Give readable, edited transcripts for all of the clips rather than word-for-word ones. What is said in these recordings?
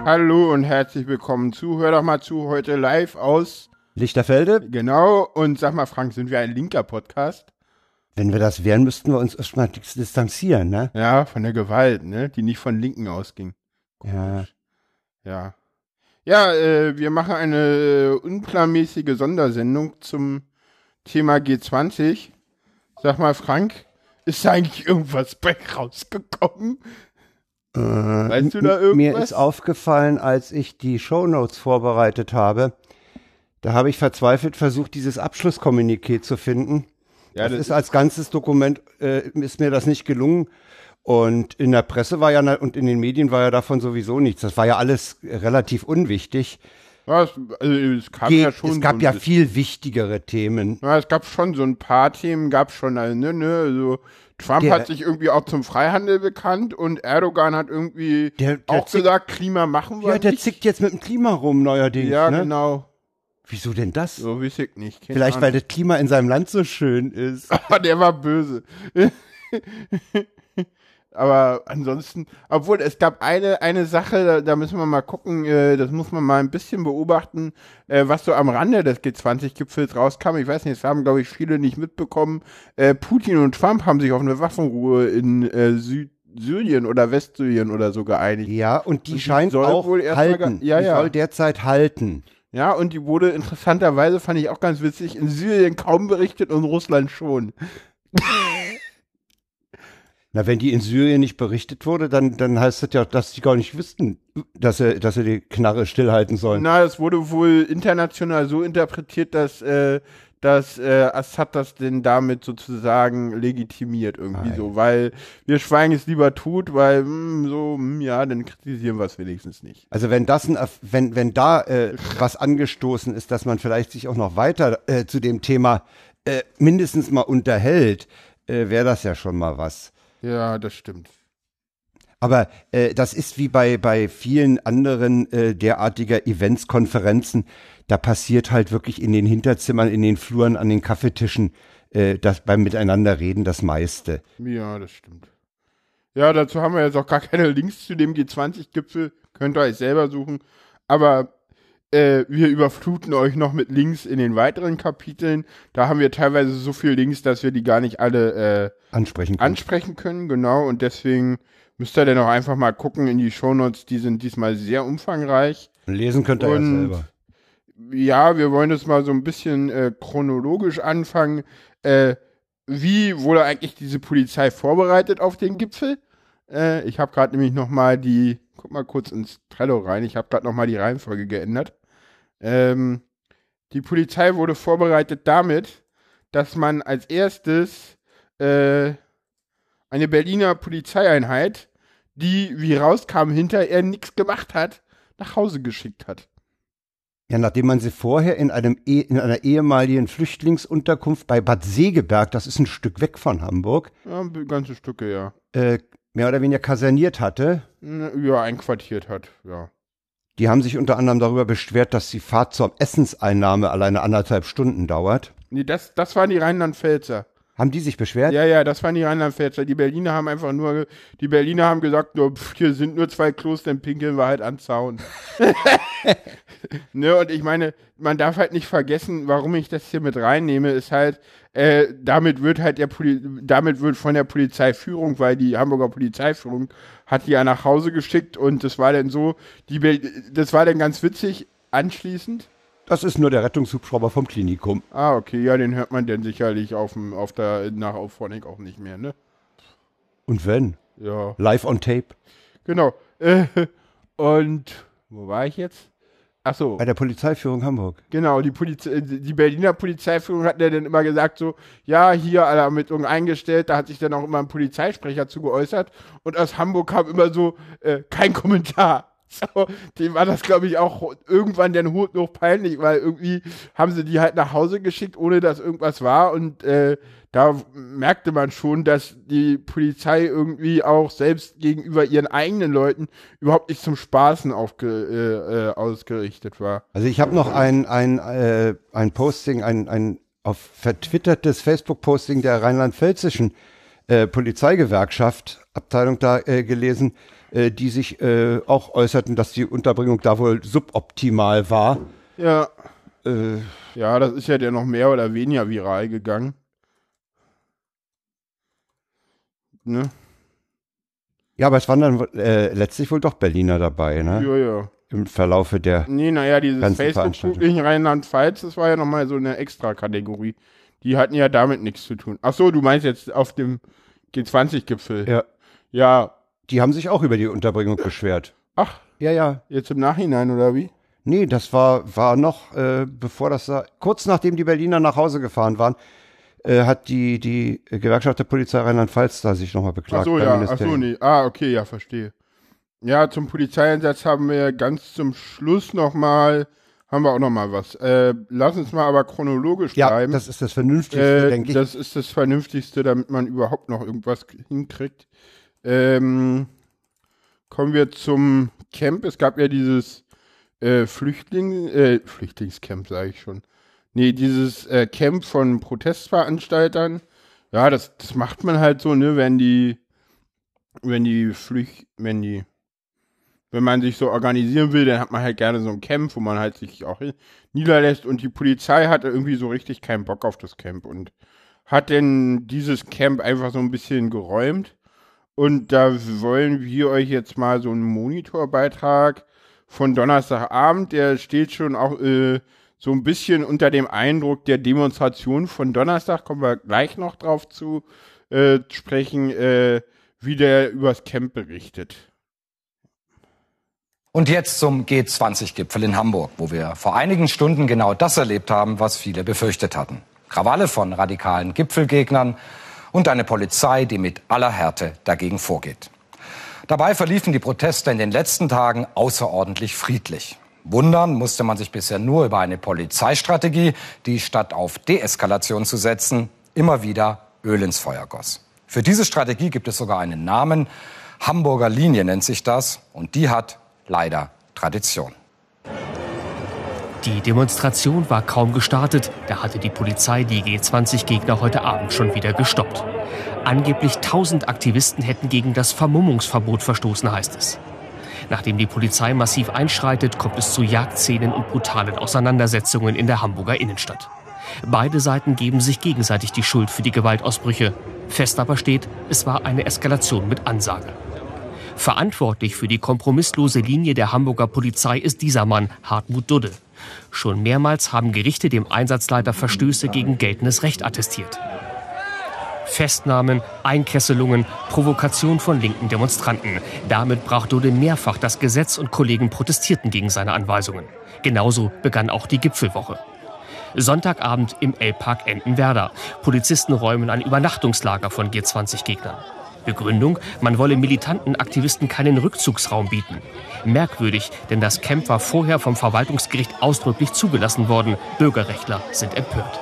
Hallo und herzlich willkommen zu, hör doch mal zu, heute live aus Lichterfelde. Genau, und sag mal Frank, sind wir ein linker Podcast? Wenn wir das wären, müssten wir uns erstmal distanzieren, ne? Ja, von der Gewalt, ne, die nicht von Linken ausging. Ja. Ja. Ja, wir machen eine unplanmäßige Sondersendung zum Thema G20. Sag mal Frank, ist da eigentlich irgendwas bei rausgekommen? Weißt du da irgendwas? Mir ist aufgefallen, als ich die Shownotes vorbereitet habe, da habe ich verzweifelt versucht, dieses Abschlusskommuniqué zu finden. Ja, das ist als ganzes Dokument, ist mir das nicht gelungen. Und in der Presse war ja, und in den Medien war ja davon sowieso nichts. Das war ja alles relativ unwichtig. Ja, es gab ja viel wichtigere Themen. Ja, es gab schon so ein paar Themen, gab schon, also Trump hat sich irgendwie auch zum Freihandel bekannt und Erdogan hat irgendwie auch gesagt, Klima machen wir nicht. Ja, der zickt jetzt mit dem Klima rum neuerdings. Ja, ne? Genau. Wieso denn das? So weiß ich nicht. Vielleicht, weil das Klima in seinem Land so schön ist. Aber der war böse. Aber ansonsten, obwohl es gab eine Sache, da müssen wir mal gucken, das muss man mal ein bisschen beobachten, was so am Rande des G20-Gipfels rauskam. Ich weiß nicht, das haben, glaube ich, viele nicht mitbekommen. Putin und Trump haben sich auf eine Waffenruhe in Syrien oder Westsyrien oder so geeinigt. Ja, und die scheint auch halten. Die soll derzeit halten. Ja, und die wurde interessanterweise, fand ich auch ganz witzig, in Syrien kaum berichtet und in Russland schon. Na, wenn die in Syrien nicht berichtet wurde, dann heißt das ja, dass die gar nicht wüssten, dass sie die Knarre stillhalten sollen. Na, es wurde wohl international so interpretiert, dass Assad das denn damit sozusagen legitimiert irgendwie so, weil wir schweigen es lieber tut, weil dann kritisieren wir es wenigstens nicht. Also wenn da was angestoßen ist, dass man vielleicht sich auch noch weiter zu dem Thema mindestens mal unterhält, wäre das ja schon mal was. Ja, das stimmt. Aber das ist wie bei vielen anderen derartiger Events, Konferenzen, da passiert halt wirklich in den Hinterzimmern, in den Fluren, an den Kaffeetischen, das beim Miteinanderreden das meiste. Ja, das stimmt. Ja, dazu haben wir jetzt auch gar keine Links zu dem G20-Gipfel, könnt ihr euch selber suchen. Aber wir überfluten euch noch mit Links in den weiteren Kapiteln. Da haben wir teilweise so viele Links, dass wir die gar nicht alle ansprechen können. Genau, und deswegen müsst ihr dann auch einfach mal gucken in die Shownotes, die sind diesmal sehr umfangreich. Lesen könnt ihr ja selber. Ja, wir wollen jetzt mal so ein bisschen chronologisch anfangen. Wie wurde eigentlich diese Polizei vorbereitet auf den Gipfel? Ich habe gerade nämlich nochmal guck mal kurz ins Trello rein, ich habe gerade nochmal die Reihenfolge geändert. Die Polizei wurde vorbereitet damit, dass man als erstes eine Berliner Polizeieinheit, die, wie rauskam, hinterher nichts gemacht hat, nach Hause geschickt hat. Ja, nachdem man sie vorher in einer ehemaligen Flüchtlingsunterkunft bei Bad Segeberg, das ist ein Stück weg von Hamburg. Ja, ganze Stücke, ja. Mehr oder weniger kaserniert hatte. Ja, einquartiert hat, ja. Die haben sich unter anderem darüber beschwert, dass die Fahrt zur Essenseinnahme alleine 1,5 Stunden dauert. Nee, das waren die Rheinland-Pfälzer. Haben die sich beschwert? Ja, das waren die Rheinland-Pfälzer. Die Berliner haben gesagt, hier sind nur 2 Klos, dann pinkeln wir halt an Zaun. Ne, und ich meine, man darf halt nicht vergessen, warum ich das hier mit reinnehme, ist halt, damit wird von der Polizeiführung, weil die Hamburger Polizeiführung hat die ja nach Hause geschickt und das war dann so, das war dann ganz witzig, anschließend. Das ist nur der Rettungshubschrauber vom Klinikum. Ah, okay, ja, den hört man dann sicherlich nach Auphonic auch nicht mehr, ne? Und wenn? Ja. Live on tape. Genau. Und wo war ich jetzt? Ach so. Bei der Polizeiführung Hamburg. Genau, die Berliner Polizeiführung hat ja dann immer gesagt so, ja, hier Alarmierung eingestellt, da hat sich dann auch immer ein Polizeisprecher zu geäußert und aus Hamburg kam immer so, kein Kommentar. So, dem war das, glaube ich, auch irgendwann der Hut noch peinlich, weil irgendwie haben sie die halt nach Hause geschickt, ohne dass irgendwas war und da merkte man schon, dass die Polizei irgendwie auch selbst gegenüber ihren eigenen Leuten überhaupt nicht zum Spaßen ausgerichtet war. Also ich habe noch ein Posting, ein auf vertwittertes Facebook-Posting der rheinland-pfälzischen Polizeigewerkschaft, Abteilung da gelesen. die sich auch äußerten, dass die Unterbringung da wohl suboptimal war. Ja. Ja, das ist ja der noch mehr oder weniger viral gegangen. Ne? Ja, aber es waren dann letztlich wohl doch Berliner dabei, ne? Ja, ja. Im Verlaufe der dieses Facebook-Buch in Rheinland-Pfalz, das war ja nochmal so eine Extra-Kategorie. Die hatten ja damit nichts zu tun. Ach so, du meinst jetzt auf dem G20-Gipfel. Ja. Ja. Die haben sich auch über die Unterbringung beschwert. Ach. Ja. Jetzt im Nachhinein, oder wie? Nee, das war noch, kurz nachdem die Berliner nach Hause gefahren waren, hat die Gewerkschaft der Polizei Rheinland-Pfalz da sich nochmal beklagt. Okay, ja, verstehe. Ja, zum Polizeieinsatz haben wir ganz zum Schluss haben wir auch noch mal was. Lass uns mal aber chronologisch bleiben. Ja, das ist das Vernünftigste, denke ich. Das ist das Vernünftigste, damit man überhaupt noch irgendwas hinkriegt. Kommen wir zum Camp. Es gab ja dieses Flüchtlingscamp, sage ich schon. Nee, dieses Camp von Protestveranstaltern. Ja, das macht man halt so, ne, wenn man sich so organisieren will, dann hat man halt gerne so ein Camp, wo man halt sich auch niederlässt, und die Polizei hatte irgendwie so richtig keinen Bock auf das Camp und hat denn dieses Camp einfach so ein bisschen geräumt, und da wollen wir euch jetzt mal so einen Monitorbeitrag von Donnerstagabend, der steht schon auch so ein bisschen unter dem Eindruck der Demonstration von Donnerstag, kommen wir gleich noch drauf zu sprechen, wie der übers Camp berichtet. Und jetzt zum G20-Gipfel in Hamburg, wo wir vor einigen Stunden genau das erlebt haben, was viele befürchtet hatten. Krawalle von radikalen Gipfelgegnern und eine Polizei, die mit aller Härte dagegen vorgeht. Dabei verliefen die Proteste in den letzten Tagen außerordentlich friedlich. Wundern musste man sich bisher nur über eine Polizeistrategie, die statt auf Deeskalation zu setzen, immer wieder Öl ins Feuer goss. Für diese Strategie gibt es sogar einen Namen. Hamburger Linie nennt sich das, und die hat leider Tradition. Die Demonstration war kaum gestartet, da hatte die Polizei die G20-Gegner heute Abend schon wieder gestoppt. Angeblich 1000 Aktivisten hätten gegen das Vermummungsverbot verstoßen, heißt es. Nachdem die Polizei massiv einschreitet, kommt es zu Jagdszenen und brutalen Auseinandersetzungen in der Hamburger Innenstadt. Beide Seiten geben sich gegenseitig die Schuld für die Gewaltausbrüche. Fest aber steht, es war eine Eskalation mit Ansage. Verantwortlich für die kompromisslose Linie der Hamburger Polizei ist dieser Mann, Hartmut Dudde. Schon mehrmals haben Gerichte dem Einsatzleiter Verstöße gegen geltendes Recht attestiert. Festnahmen, Einkesselungen, Provokation von linken Demonstranten. Damit brach Dudde mehrfach das Gesetz und Kollegen protestierten gegen seine Anweisungen. Genauso begann auch die Gipfelwoche. Sonntagabend im L-Park Entenwerder. Polizisten räumen ein Übernachtungslager von G20-Gegnern. Begründung, man wolle militanten Aktivisten keinen Rückzugsraum bieten. Merkwürdig, denn das Camp war vorher vom Verwaltungsgericht ausdrücklich zugelassen worden. Bürgerrechtler sind empört.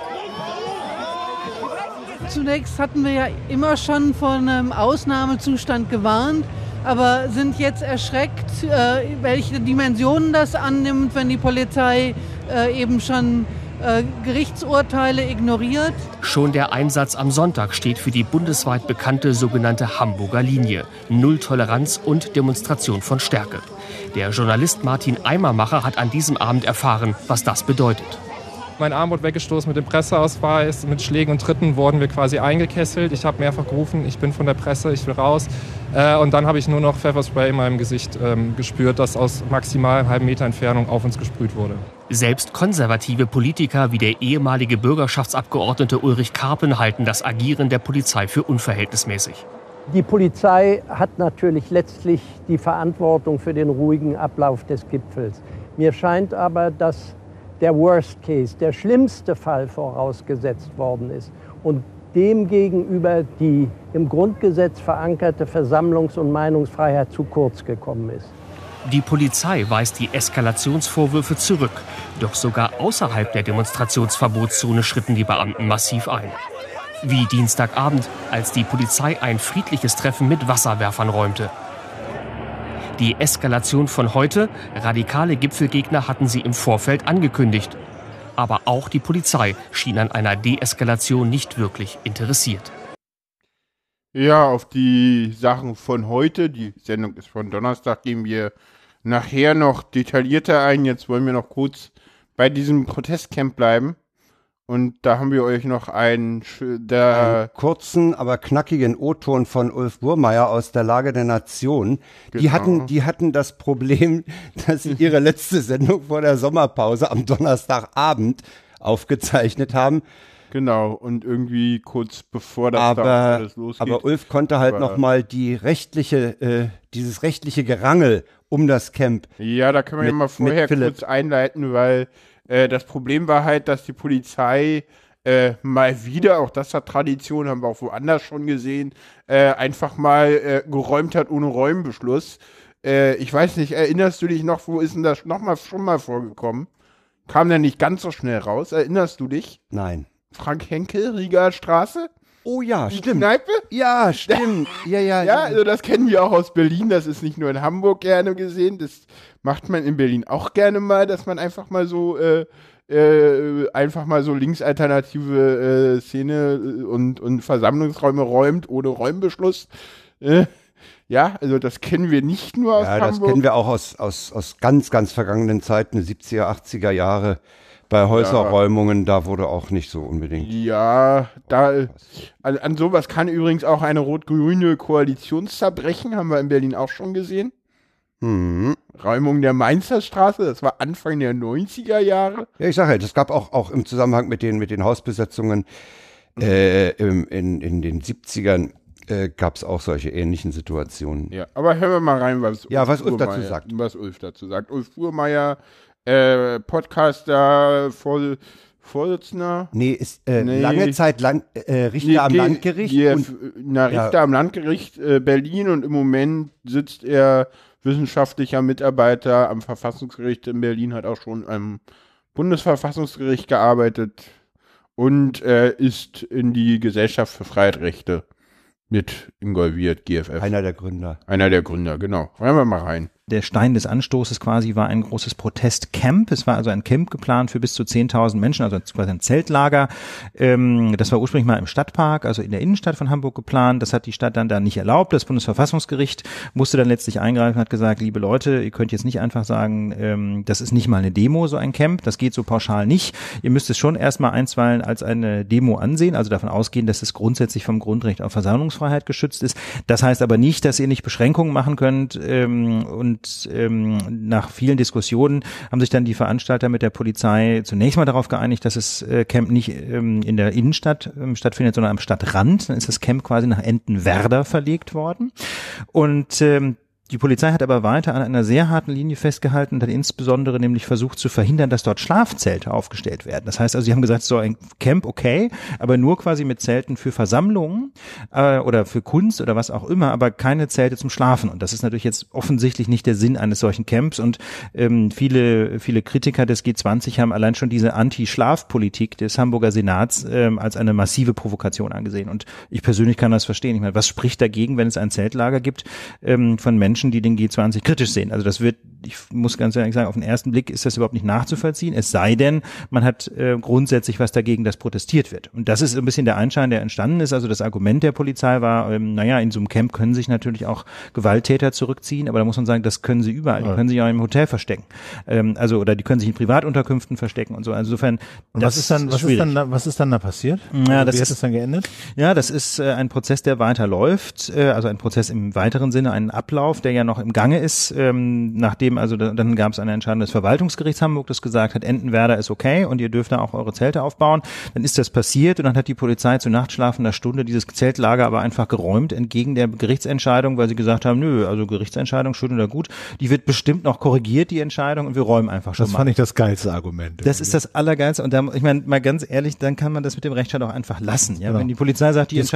Zunächst hatten wir ja immer schon von einem Ausnahmezustand gewarnt, aber sind jetzt erschreckt, welche Dimensionen das annimmt, wenn die Polizei eben schon Gerichtsurteile ignoriert. Schon der Einsatz am Sonntag steht für die bundesweit bekannte sogenannte Hamburger Linie. Null Toleranz und Demonstration von Stärke. Der Journalist Martin Eimermacher hat an diesem Abend erfahren, was das bedeutet. Mein Arm wurde weggestoßen mit dem Presseausweis. Mit Schlägen und Tritten wurden wir quasi eingekesselt. Ich habe mehrfach gerufen, ich bin von der Presse, ich will raus. Und dann habe ich nur noch Pfefferspray in meinem Gesicht gespürt, das aus maximal einem halben Meter Entfernung auf uns gesprüht wurde. Selbst konservative Politiker wie der ehemalige Bürgerschaftsabgeordnete Ulrich Karpen halten das Agieren der Polizei für unverhältnismäßig. Die Polizei hat natürlich letztlich die Verantwortung für den ruhigen Ablauf des Gipfels. Mir scheint aber, dass der Worst Case, der schlimmste Fall vorausgesetzt worden ist und demgegenüber die im Grundgesetz verankerte Versammlungs- und Meinungsfreiheit zu kurz gekommen ist. Die Polizei weist die Eskalationsvorwürfe zurück. Doch sogar außerhalb der Demonstrationsverbotszone schritten die Beamten massiv ein. Wie Dienstagabend, als die Polizei ein friedliches Treffen mit Wasserwerfern räumte. Die Eskalation von heute, radikale Gipfelgegner hatten sie im Vorfeld angekündigt. Aber auch die Polizei schien an einer Deeskalation nicht wirklich interessiert. Ja, auf die Sachen von heute, die Sendung ist von Donnerstag, gehen wir nachher noch detaillierter ein. Jetzt wollen wir noch kurz bei diesem Protestcamp bleiben. Und da haben wir euch noch einen kurzen, aber knackigen O-Ton von Ulf Burmeier aus der Lage der Nation. Genau. Die hatten das Problem, dass sie ihre letzte Sendung vor der Sommerpause am Donnerstagabend aufgezeichnet haben. Genau, und irgendwie kurz bevor das da alles losgeht. Aber Ulf konnte halt nochmal dieses rechtliche Gerangel um das Camp. Ja, da können wir ja mal vorher kurz einleiten, weil das Problem war halt, dass die Polizei mal wieder, auch das hat Tradition, haben wir auch woanders schon gesehen, einfach mal geräumt hat ohne Räumbeschluss. Ich weiß nicht, erinnerst du dich noch, wo ist denn das schon mal vorgekommen? Kam der nicht ganz so schnell raus, erinnerst du dich? Nein. Frank Henkel, Rieger Straße? Oh ja, stimmt. Kneipe? Ja, stimmt. Ja, also das kennen wir auch aus Berlin, das ist nicht nur in Hamburg gerne gesehen, das macht man in Berlin auch gerne mal, dass man einfach mal so linksalternative Szene und Versammlungsräume räumt, ohne Räumbeschluss. Ja, also das kennen wir nicht nur aus Hamburg. Ja, das kennen wir auch aus ganz, ganz vergangenen Zeiten, 70er, 80er Jahre. Bei Häuserräumungen, da wurde auch nicht so unbedingt. Ja, an sowas kann übrigens auch eine rot-grüne Koalition zerbrechen, haben wir in Berlin auch schon gesehen. Räumung der Mainzer Straße, das war Anfang der 90er Jahre. Ja, ich sage ja, das gab auch im Zusammenhang mit den Hausbesetzungen in den 70ern gab es auch solche ähnlichen Situationen. Ja, aber hören wir mal rein, was Ulf dazu sagt. Ulf Burmeier, Podcaster, Vorsitzender. Nee, ist lange Zeit Richter am Landgericht. Richter am Landgericht Berlin und im Moment sitzt er wissenschaftlicher Mitarbeiter am Verfassungsgericht in Berlin, hat auch schon am Bundesverfassungsgericht gearbeitet und ist in die Gesellschaft für Freiheitsrechte mit involviert, GFF. Einer der Gründer, genau. Hören wir mal rein. Der Stein des Anstoßes quasi war ein großes Protestcamp. Es war also ein Camp geplant für bis zu 10.000 Menschen, also quasi ein Zeltlager. Das war ursprünglich mal im Stadtpark, also in der Innenstadt von Hamburg geplant. Das hat die Stadt dann nicht erlaubt. Das Bundesverfassungsgericht musste dann letztlich eingreifen und hat gesagt, liebe Leute, ihr könnt jetzt nicht einfach sagen, das ist nicht mal eine Demo, so ein Camp. Das geht so pauschal nicht. Ihr müsst es schon erstmal einstweilen als eine Demo ansehen, also davon ausgehen, dass es grundsätzlich vom Grundrecht auf Versammlungsfreiheit geschützt ist. Das heißt aber nicht, dass ihr nicht Beschränkungen machen könnt und nach vielen Diskussionen haben sich dann die Veranstalter mit der Polizei zunächst mal darauf geeinigt, dass das Camp nicht in der Innenstadt stattfindet, sondern am Stadtrand. Dann ist das Camp quasi nach Entenwerder verlegt worden. Und die Polizei hat aber weiter an einer sehr harten Linie festgehalten und hat insbesondere nämlich versucht zu verhindern, dass dort Schlafzelte aufgestellt werden. Das heißt also, sie haben gesagt, so ein Camp okay, aber nur quasi mit Zelten für Versammlungen oder für Kunst oder was auch immer, aber keine Zelte zum Schlafen. Und das ist natürlich jetzt offensichtlich nicht der Sinn eines solchen Camps. Und viele Kritiker des G20 haben allein schon diese Anti-Schlafpolitik des Hamburger Senats als eine massive Provokation angesehen. Und ich persönlich kann das verstehen. Ich meine, was spricht dagegen, wenn es ein Zeltlager gibt von Menschen, die den G20 kritisch sehen. Also ich muss ganz ehrlich sagen, auf den ersten Blick ist das überhaupt nicht nachzuvollziehen, es sei denn, man hat grundsätzlich was dagegen, dass protestiert wird. Und das ist ein bisschen der Einschein, der entstanden ist. Also das Argument der Polizei war, in so einem Camp können sich natürlich auch Gewalttäter zurückziehen, aber da muss man sagen, das können sie überall. Die können sich auch im Hotel verstecken. Oder die können sich in Privatunterkünften verstecken und so. Also insofern, was ist dann da passiert? Ja, wie hat es dann geendet? Ja, das ist ein Prozess, der weiterläuft, also ein Prozess im weiteren Sinne, ein Ablauf, der ja noch im Gange ist, nachdem, also dann gab es eine Entscheidung des Verwaltungsgerichts Hamburg, das gesagt hat, Entenwerder ist okay und ihr dürft da auch eure Zelte aufbauen. Dann ist das passiert und dann hat die Polizei zu nachtschlafender Stunde dieses Zeltlager aber einfach geräumt, entgegen der Gerichtsentscheidung, weil sie gesagt haben, nö, also Gerichtsentscheidung, schön oder gut, die wird bestimmt noch korrigiert, die Entscheidung, und wir räumen einfach schon mal. Das fand ich das geilste Argument. Das ist das Allergeilste und ich meine, mal ganz ehrlich, dann kann man das mit dem Rechtsstaat auch einfach lassen. Ja? Genau. Wenn die Polizei sagt, dieses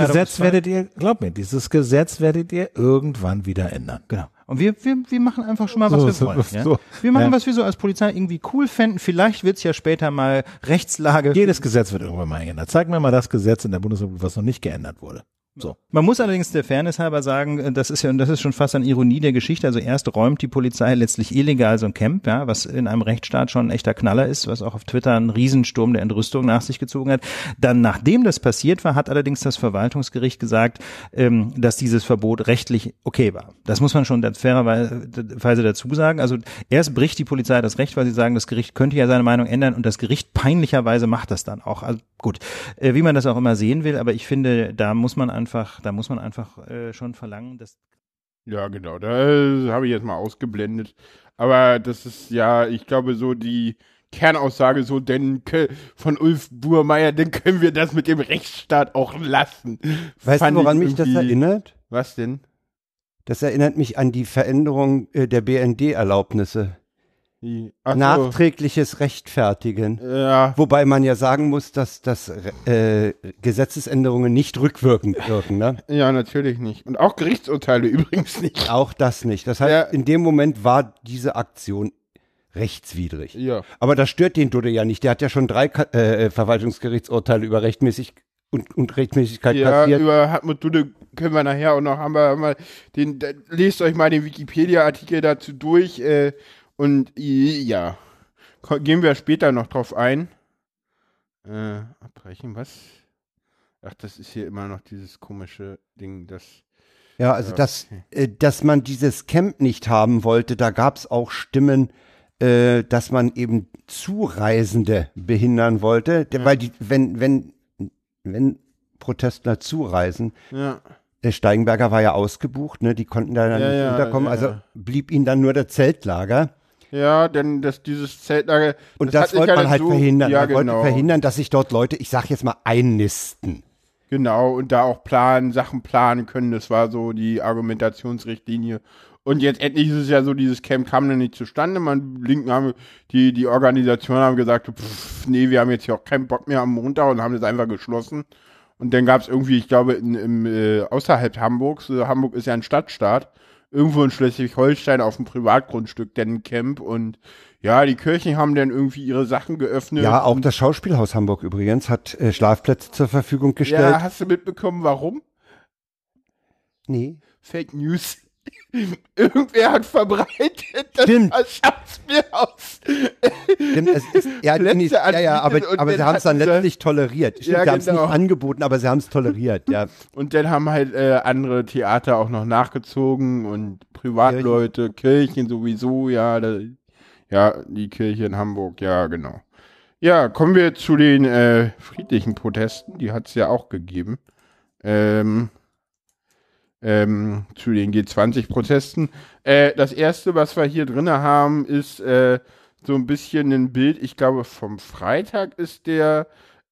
Gesetz werdet ihr irgendwann wieder ändern. Genau. Und wir machen einfach schon mal, was wir wollen. Ja? Wir machen, was wir so als Polizei irgendwie cool fänden. Vielleicht wird's ja später mal Rechtslage. Jedes Gesetz wird irgendwann mal geändert. Zeig mir mal das Gesetz in der Bundesrepublik, was noch nicht geändert wurde. So. Man muss allerdings der Fairness halber sagen, das ist schon fast eine Ironie der Geschichte. Also erst räumt die Polizei letztlich illegal so ein Camp, ja, was in einem Rechtsstaat schon ein echter Knaller ist, was auch auf Twitter einen Riesensturm der Entrüstung nach sich gezogen hat. Dann, nachdem das passiert war, hat allerdings das Verwaltungsgericht gesagt, dass dieses Verbot rechtlich okay war. Das muss man schon fairerweise dazu sagen. Also erst bricht die Polizei das Recht, weil sie sagen, das Gericht könnte ja seine Meinung ändern und das Gericht peinlicherweise macht das dann auch. Also gut, wie man das auch immer sehen will, aber ich finde, da muss man einfach schon verlangen, dass... Ja, genau, da habe ich jetzt mal ausgeblendet. Aber das ist ja, ich glaube, so die Kernaussage so, denn von Ulf Burmeier, dann können wir das mit dem Rechtsstaat auch lassen. Weißt du, woran mich das erinnert? Was denn? Das erinnert mich an die Veränderung der BND-Erlaubnisse. Nachträgliches Rechtfertigen. Ja. Wobei man ja sagen muss, dass Gesetzesänderungen nicht rückwirkend wirken, ne? Ja, natürlich nicht. Und auch Gerichtsurteile übrigens nicht. Auch das nicht. Das heißt, in dem Moment war diese Aktion rechtswidrig. Ja. Aber das stört den Dudde ja nicht. Der hat ja schon 3 Verwaltungsgerichtsurteile über Rechtmäßigkeit kassiert. Ja, über Hartmut Dudde können wir nachher auch noch, lest euch mal den Wikipedia-Artikel dazu durch, und ja, gehen wir später noch drauf ein. Abbrechen, was? Ach, das ist hier immer noch dieses komische Ding, das... Ja, also dass man dieses Camp nicht haben wollte, da gab es auch Stimmen, dass man eben Zureisende behindern wollte, weil wenn Protestler zureisen, der Steigenberger war ja ausgebucht, ne, die konnten da dann nicht unterkommen, also blieb ihnen dann nur der Zeltlager. Ja, denn dieses Zeltlager... Und das wollte man halt verhindern. Man wollte verhindern, dass sich dort Leute, ich sag jetzt mal, einnisten. Genau, und da auch Sachen planen können. Das war so die Argumentationsrichtlinie. Und jetzt endlich ist es ja so, dieses Camp kam dann nicht zustande. Die Organisation haben gesagt, nee, wir haben jetzt hier auch keinen Bock mehr am Montag und haben das einfach geschlossen. Und dann gab es irgendwie, ich glaube, außerhalb Hamburgs, Hamburg ist ja ein Stadtstaat, irgendwo in Schleswig-Holstein auf dem Privatgrundstück, denn ein Camp, und ja, die Kirchen haben dann irgendwie ihre Sachen geöffnet. Ja, auch das Schauspielhaus Hamburg übrigens hat Schlafplätze zur Verfügung gestellt. Ja, hast du mitbekommen, warum? Nee. Fake News. Irgendwer hat verbreitet, das Schauspielhaus. Stimmt, es ist, aber sie haben es dann letztlich toleriert. Stimmt, sie haben es nicht angeboten, aber sie haben es toleriert, ja. Und dann haben halt andere Theater auch noch nachgezogen und Privatleute, Kirchen sowieso, die Kirche in Hamburg, ja, genau. Ja, kommen wir zu den friedlichen Protesten, die hat es ja auch gegeben. Zu den G20-Protesten. Das erste, was wir hier drin haben, ist so ein bisschen ein Bild, ich glaube vom Freitag ist der,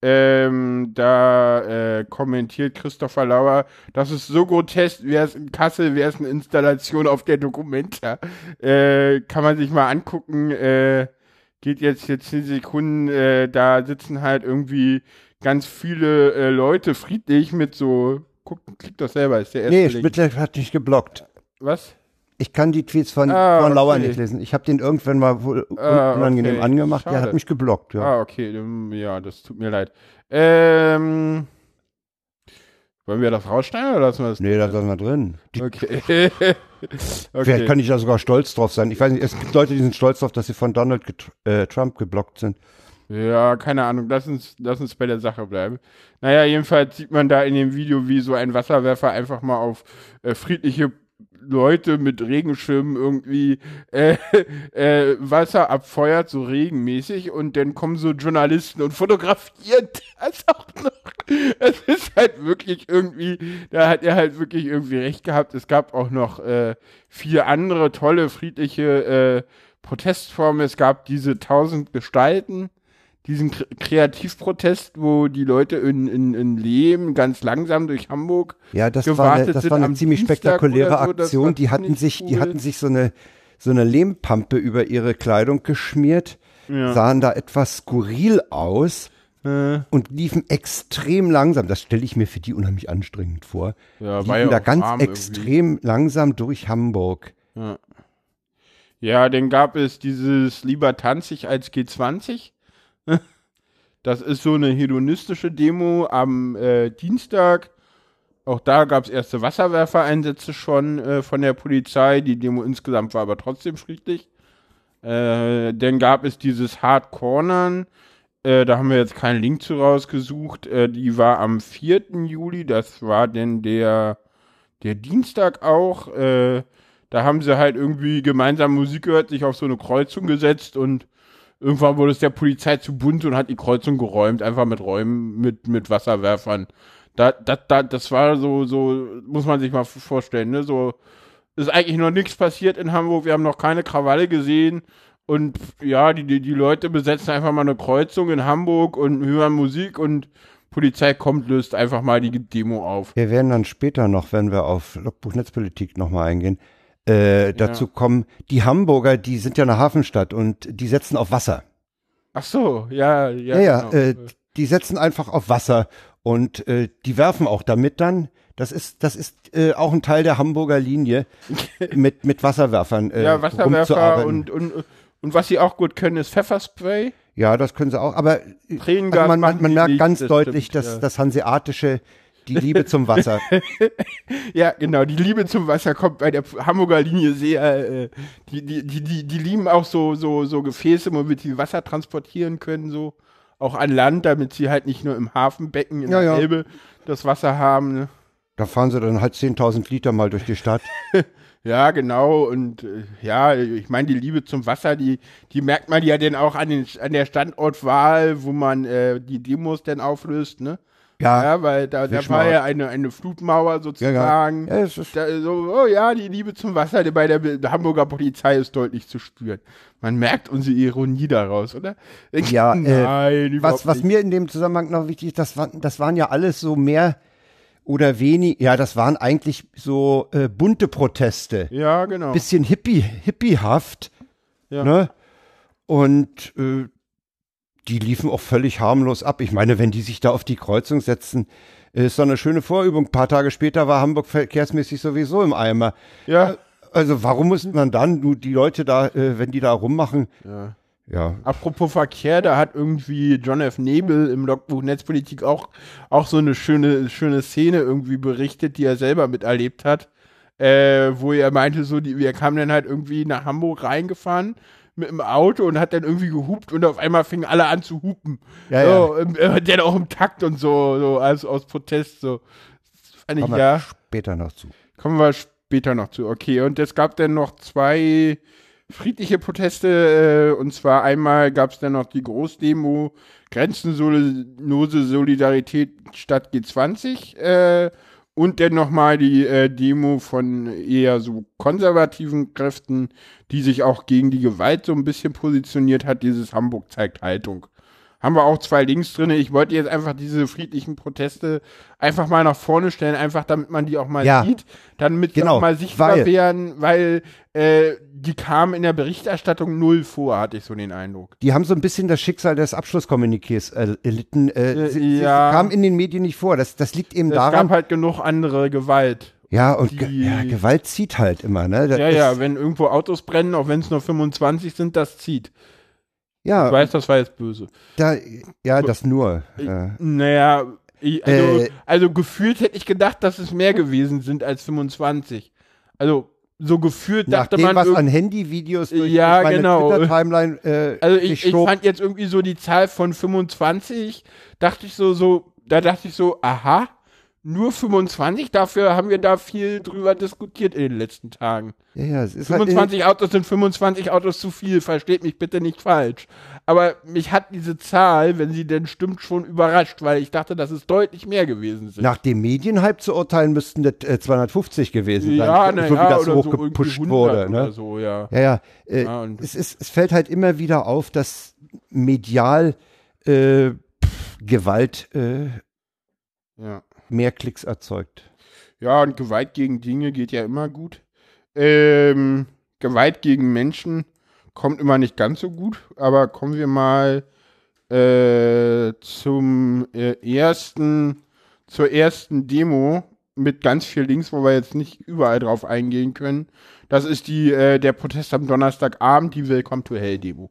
da kommentiert Christopher Lauer, das ist so grotesk, wäre es in Kassel, wäre es eine Installation auf der Documenta. Kann man sich mal angucken, geht jetzt 10 Sekunden, da sitzen halt irgendwie ganz viele Leute friedlich mit so... Klick doch selber, ist der erste Nee, Schmidt hat dich geblockt. Was? Ich kann die Tweets von Lauer nicht lesen. Ich habe den irgendwann mal wohl unangenehm angemacht. Schade. Der hat mich geblockt, ja. Okay, ja, das tut mir leid. Wollen wir das rausschneiden oder lassen wir das? Nee, das lassen wir drin. Okay. Vielleicht kann ich da sogar stolz drauf sein. Ich weiß nicht, es gibt Leute, die sind stolz drauf, dass sie von Donald Trump geblockt sind. Ja, keine Ahnung, lass uns bei der Sache bleiben. Naja, jedenfalls sieht man da in dem Video, wie so ein Wasserwerfer einfach mal auf friedliche Leute mit Regenschirmen irgendwie Wasser abfeuert, so regenmäßig, und dann kommen so Journalisten und fotografieren das auch noch. Es ist halt wirklich irgendwie, da hat er halt wirklich irgendwie recht gehabt. Es gab auch noch 4 andere tolle, friedliche Protestformen. Es gab diese 1000 Gestalten, diesen Kreativprotest, wo die Leute in Lehm ganz langsam durch Hamburg das war eine ziemlich spektakuläre Aktion. Die hatten sich so eine Lehmpampe über ihre Kleidung geschmiert, sahen da etwas skurril aus und liefen extrem langsam. Das stelle ich mir für die unheimlich anstrengend vor. Ja, liefen da ganz extrem langsam durch Hamburg. Ja, dann gab es dieses Lieber tanzig als G20. Das ist so eine hedonistische Demo am Dienstag. Auch da gab es erste Wasserwerfereinsätze schon von der Polizei. Die Demo insgesamt war aber trotzdem friedlich. Dann gab es dieses Hard Cornern. Da haben wir jetzt keinen Link zu rausgesucht. Die war am 4. Juli. Das war denn der Dienstag auch. Da haben sie halt irgendwie gemeinsam Musik gehört, sich auf so eine Kreuzung gesetzt und irgendwann wurde es der Polizei zu bunt und hat die Kreuzung geräumt, einfach mit Räumen, mit Wasserwerfern. Das war so, muss man sich mal vorstellen, ne? So, ist eigentlich noch nichts passiert in Hamburg, wir haben noch keine Krawalle gesehen und ja, die Leute besetzen einfach mal eine Kreuzung in Hamburg und hören Musik und Polizei kommt, löst einfach mal die Demo auf. Wir werden dann später noch, wenn wir auf Logbuch Netzpolitik nochmal eingehen, dazu kommen, die Hamburger, die sind ja eine Hafenstadt und die setzen auf Wasser. Ach so, ja. Genau. Die setzen einfach auf Wasser und die werfen auch damit dann. Das ist auch ein Teil der Hamburger Linie, mit Wasserwerfern Wasserwerfer und was sie auch gut können, ist Pfefferspray. Ja, das können sie auch, aber Tränengas man merkt ganz deutlich, dass das Hanseatische, die Liebe zum Wasser. Ja, genau, die Liebe zum Wasser kommt bei der Hamburger Linie sehr, die lieben auch so Gefäße, womit sie Wasser transportieren können, so auch an Land, damit sie halt nicht nur im Hafenbecken in der Elbe das Wasser haben. Ne? Da fahren sie dann halt 10.000 Liter mal durch die Stadt. Ja, genau. Und ich meine, die Liebe zum Wasser, die merkt man ja dann auch an der Standortwahl, wo man die Demos dann auflöst, ne? Ja, weil da war ja eine Flutmauer sozusagen. Ja. Die Liebe zum Wasser bei der Hamburger Polizei ist deutlich zu spüren. Man merkt unsere Ironie daraus, oder? Ja, nein, was mir in dem Zusammenhang noch wichtig ist, das waren ja alles so mehr oder weniger, das waren eigentlich so bunte Proteste. Ja, genau. Bisschen hippiehaft. Ja. Ne? Und die liefen auch völlig harmlos ab. Ich meine, wenn die sich da auf die Kreuzung setzen, ist doch eine schöne Vorübung. Ein paar Tage später war Hamburg verkehrsmäßig sowieso im Eimer. Ja. Also warum muss man dann die Leute da, wenn die da rummachen? Ja. Apropos Verkehr, da hat irgendwie John F. Nebel im Logbuch Netzpolitik auch so eine schöne Szene irgendwie berichtet, die er selber miterlebt hat, wo er meinte, wir kamen dann halt irgendwie nach Hamburg reingefahren mit dem Auto und hat dann irgendwie gehupt und auf einmal fingen alle an zu hupen. Ja. Dann auch im Takt und so also aus Protest. So. Kommen wir später noch zu. Kommen wir später noch zu, okay. Und es gab dann noch 2 friedliche Proteste, und zwar einmal gab es dann noch die Großdemo Grenzenlose Solidarität statt G20 und dann nochmal die Demo von eher so konservativen Kräften, die sich auch gegen die Gewalt so ein bisschen positioniert hat, dieses Hamburg zeigt Haltung. Haben wir auch 2 Links drin. Ich wollte jetzt einfach diese friedlichen Proteste einfach mal nach vorne stellen, einfach damit man die auch mal sieht, damit die auch mal sichtbar werden, weil die kamen in der Berichterstattung 0 vor, hatte ich so den Eindruck. Die haben so ein bisschen das Schicksal des Abschlusskommuniqués erlitten. Sie kamen in den Medien nicht vor. Das liegt eben daran. Es gab halt genug andere Gewalt. Ja, und Gewalt zieht halt immer, ne? Wenn irgendwo Autos brennen, auch wenn es nur 25 sind, das zieht. Ja. Ich weiß, das war jetzt böse. Das nur. Also gefühlt hätte ich gedacht, dass es mehr gewesen sind als 25. Also so gefühlt dachte man. Was an Handyvideos durch meine Twitter-Timeline also ich fand jetzt irgendwie so die Zahl von 25, dachte ich da dachte ich so, aha, nur 25, dafür haben wir da viel drüber diskutiert in den letzten Tagen. Ja, es ist 25 Autos sind 25 Autos zu viel, versteht mich bitte nicht falsch. Aber mich hat diese Zahl, wenn sie denn stimmt, schon überrascht, weil ich dachte, dass es deutlich mehr gewesen sind. Nach dem Medienhype zu urteilen, müssten das 250 gewesen sein, so wie das oder hochgepusht so wurde. Ne? Oder so, ja. Es fällt halt immer wieder auf, dass medial Gewalt mehr Klicks erzeugt. Ja, und Gewalt gegen Dinge geht ja immer gut. Gewalt gegen Menschen kommt immer nicht ganz so gut, aber kommen wir mal zur ersten Demo mit ganz viel Links, wo wir jetzt nicht überall drauf eingehen können. Das ist der Protest am Donnerstagabend, die Welcome to Hell Demo.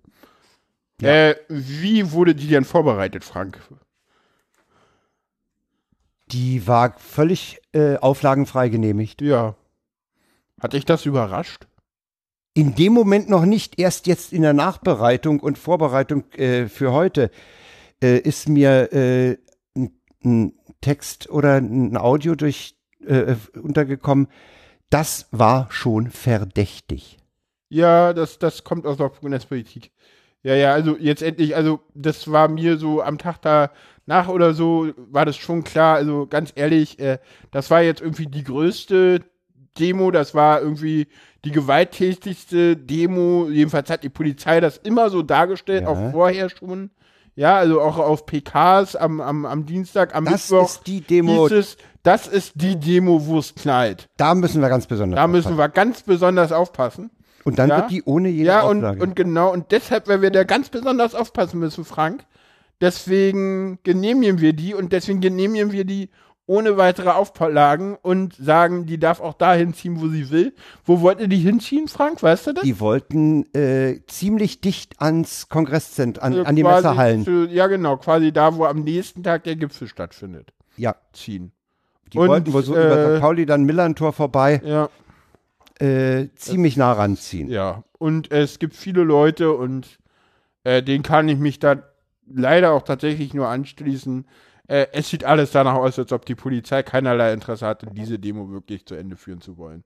Ja. Wie wurde die denn vorbereitet, Frank? Die war völlig auflagenfrei genehmigt. Ja. Hat dich das überrascht? In dem Moment noch nicht, erst jetzt in der Nachbereitung und Vorbereitung für heute ist mir ein Text oder ein Audio untergekommen. Das war schon verdächtig. Ja, das kommt aus der Netzpolitik. Ja, also jetzt endlich, also das war mir so am Tag danach oder so, war das schon klar, also ganz ehrlich, das war jetzt irgendwie die größte Demo, das war irgendwie die gewalttätigste Demo, jedenfalls hat die Polizei das immer so dargestellt, auch vorher schon. Ja, also auch auf PKs am Dienstag, am Mittwoch. Das ist die Demo. Das ist die Demo, wo es knallt. Da müssen wir ganz besonders aufpassen. Und dann wird die ohne jede Auflage. Ja, und genau, und deshalb, weil wir da ganz besonders aufpassen müssen, Frank, deswegen genehmigen wir die ohne weitere Auflagen und sagen, die darf auch da hinziehen, wo sie will. Wo wollte die hinziehen, Frank? Weißt du das? Die wollten ziemlich dicht ans Kongresszentrum, an die Messehallen. Ja, genau, quasi da, wo am nächsten Tag der Gipfel stattfindet. Ja. Ziehen. Die wollten wohl so über St. Pauli dann Millantor vorbei ziemlich nah ranziehen. Ja, und es gibt viele Leute und denen kann ich mich da leider auch tatsächlich nur anschließen. Es sieht alles danach aus, als ob die Polizei keinerlei Interesse hatte, diese Demo wirklich zu Ende führen zu wollen.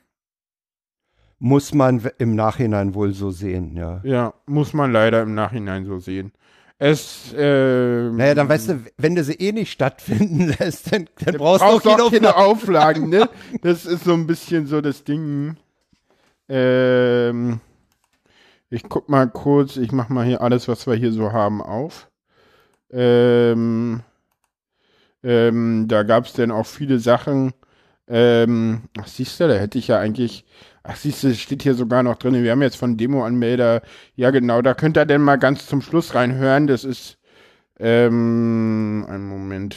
Muss man im Nachhinein wohl so sehen, ja. Ja, muss man leider im Nachhinein so sehen. Naja, dann weißt du, wenn du sie eh nicht stattfinden lässt, dann brauchst du auch keine Auflagen, ne? Das ist so ein bisschen so das Ding. Ich guck mal kurz, ich mach mal hier alles, was wir hier so haben, auf. Da gab es dann auch viele Sachen. Siehst du, da hätte ich ja eigentlich. Siehst du, steht hier sogar noch drin. Wir haben jetzt von Demo-Anmelder. Ja, genau, da könnt ihr denn mal ganz zum Schluss reinhören. Das ist. Einen Moment.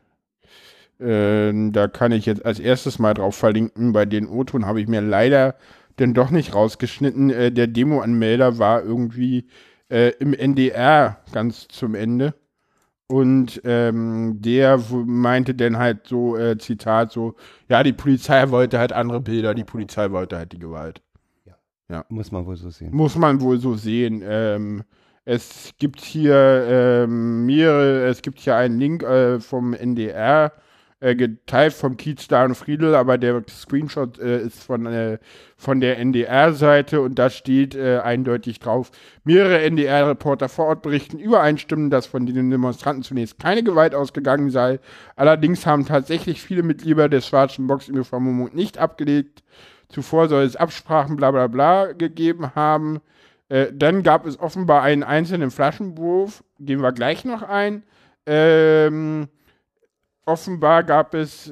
Da kann ich jetzt als erstes mal drauf verlinken. Bei den O-Ton habe ich mir leider denn doch nicht rausgeschnitten. Der Demo-Anmelder war irgendwie im NDR ganz zum Ende. Und der meinte dann halt so, Zitat, so, ja, die Polizei wollte halt andere Bilder, die Polizei wollte halt die Gewalt. Ja. Muss man wohl so sehen. Muss man wohl so sehen. Es gibt hier es gibt hier einen Link vom NDR, geteilt vom Kiezler und Friedl, aber der Screenshot ist von der NDR-Seite und da steht eindeutig drauf, mehrere NDR-Reporter vor Ort berichten übereinstimmend, dass von den Demonstranten zunächst keine Gewalt ausgegangen sei. Allerdings haben tatsächlich viele Mitglieder des Schwarzen Box ihre Vermummung nicht abgelegt. Zuvor soll es Absprachen bla bla bla gegeben haben. Dann gab es offenbar einen einzelnen Flaschenwurf, gehen wir gleich noch ein. Offenbar gab es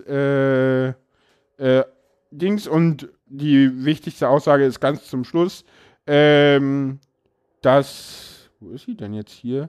Dings und die wichtigste Aussage ist ganz zum Schluss, dass, wo ist sie denn jetzt hier?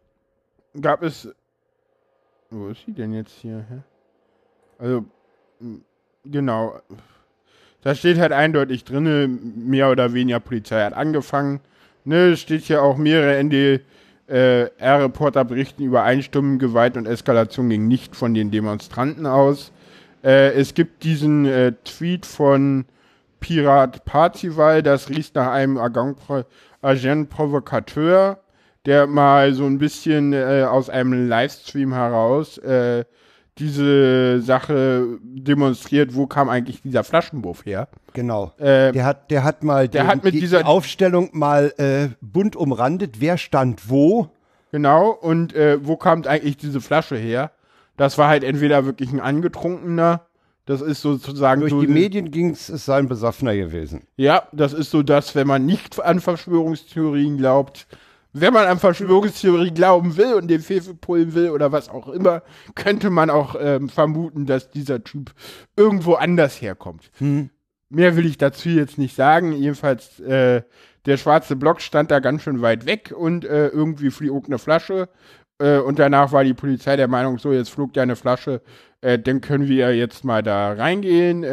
Wo ist sie denn jetzt hier? Also, genau, da steht halt eindeutig drin, mehr oder weniger Polizei hat angefangen, ne, steht hier auch mehrere NDR-Reporter berichten übereinstimmend, Gewalt und Eskalation ging nicht von den Demonstranten aus. Es gibt diesen Tweet von Pirat Parzival, das riecht nach einem Agent Provocateur, der mal so ein bisschen aus einem Livestream heraus diese Sache demonstriert, wo kam eigentlich dieser Flaschenwurf her. Genau. Der hat mal die Aufstellung mal bunt umrandet, wer stand wo. Genau, und wo kam eigentlich diese Flasche her? Das war halt entweder wirklich ein Angetrunkener, das ist sozusagen durch die Medien es sei ein Besoffener gewesen. Ja, das ist so das, wenn man nicht an Verschwörungstheorien glaubt. Wenn man an Verschwörungstheorien glauben will und den Fefe pullen will oder was auch immer, könnte man auch vermuten, dass dieser Typ irgendwo anders herkommt. Mehr will ich dazu jetzt nicht sagen. Jedenfalls, der schwarze Block stand da ganz schön weit weg und irgendwie flog eine Flasche. Und danach war die Polizei der Meinung, so, jetzt flog ja eine Flasche, dann können wir jetzt mal da reingehen.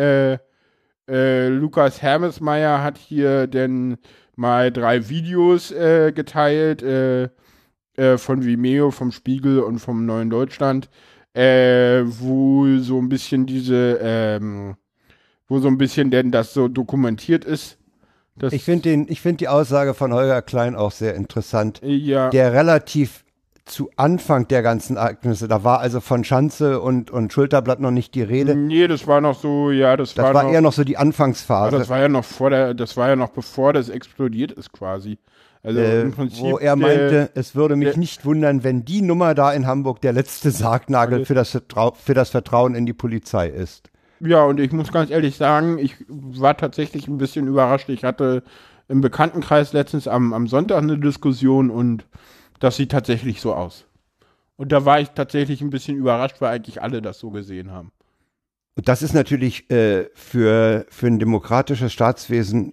Lukas Hermesmeier hat hier denn mal 3 Videos geteilt von Vimeo, vom Spiegel und vom Neuen Deutschland. wo so ein bisschen wo so ein bisschen denn das so dokumentiert ist. Ich finde die Aussage von Holger Klein auch sehr interessant. Ja. Der relativ zu Anfang der ganzen Ereignisse, da war also von Schanze und Schulterblatt noch nicht die Rede. Nee, das war noch so, ja, das war eher noch so die Anfangsphase. Das war ja noch bevor das explodiert ist quasi. Also im Prinzip, wo er meinte, es würde mich nicht wundern, wenn die Nummer da in Hamburg der letzte Sargnagel für das Vertrauen in die Polizei ist. Ja, und ich muss ganz ehrlich sagen, ich war tatsächlich ein bisschen überrascht. Ich hatte im Bekanntenkreis letztens am Sonntag eine Diskussion und das sieht tatsächlich so aus. Und da war ich tatsächlich ein bisschen überrascht, weil eigentlich alle das so gesehen haben. Und das ist natürlich für ein demokratisches Staatswesen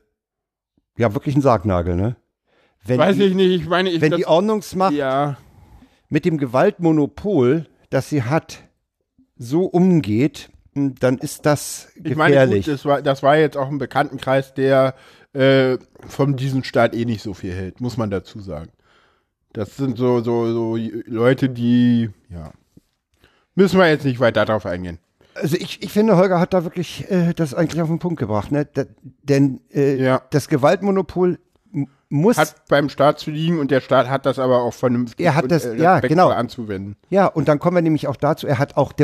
ja wirklich ein Sargnagel, ne? Weiß ich nicht, ich meine... Wenn die Ordnungsmacht mit dem Gewaltmonopol, das sie hat, so umgeht, dann ist das gefährlich. Ich meine, gut, das war jetzt auch ein Bekanntenkreis, der von diesem Staat eh nicht so viel hält, muss man dazu sagen. Das sind so Leute, die, ja, müssen wir jetzt nicht weiter darauf eingehen. Also ich finde, Holger hat da wirklich das eigentlich auf den Punkt gebracht, ne? Denn das Gewaltmonopol hat beim Staat zu liegen und der Staat hat das aber auch vernünftig anzuwenden. Ja, und dann kommen wir nämlich auch dazu, er hat auch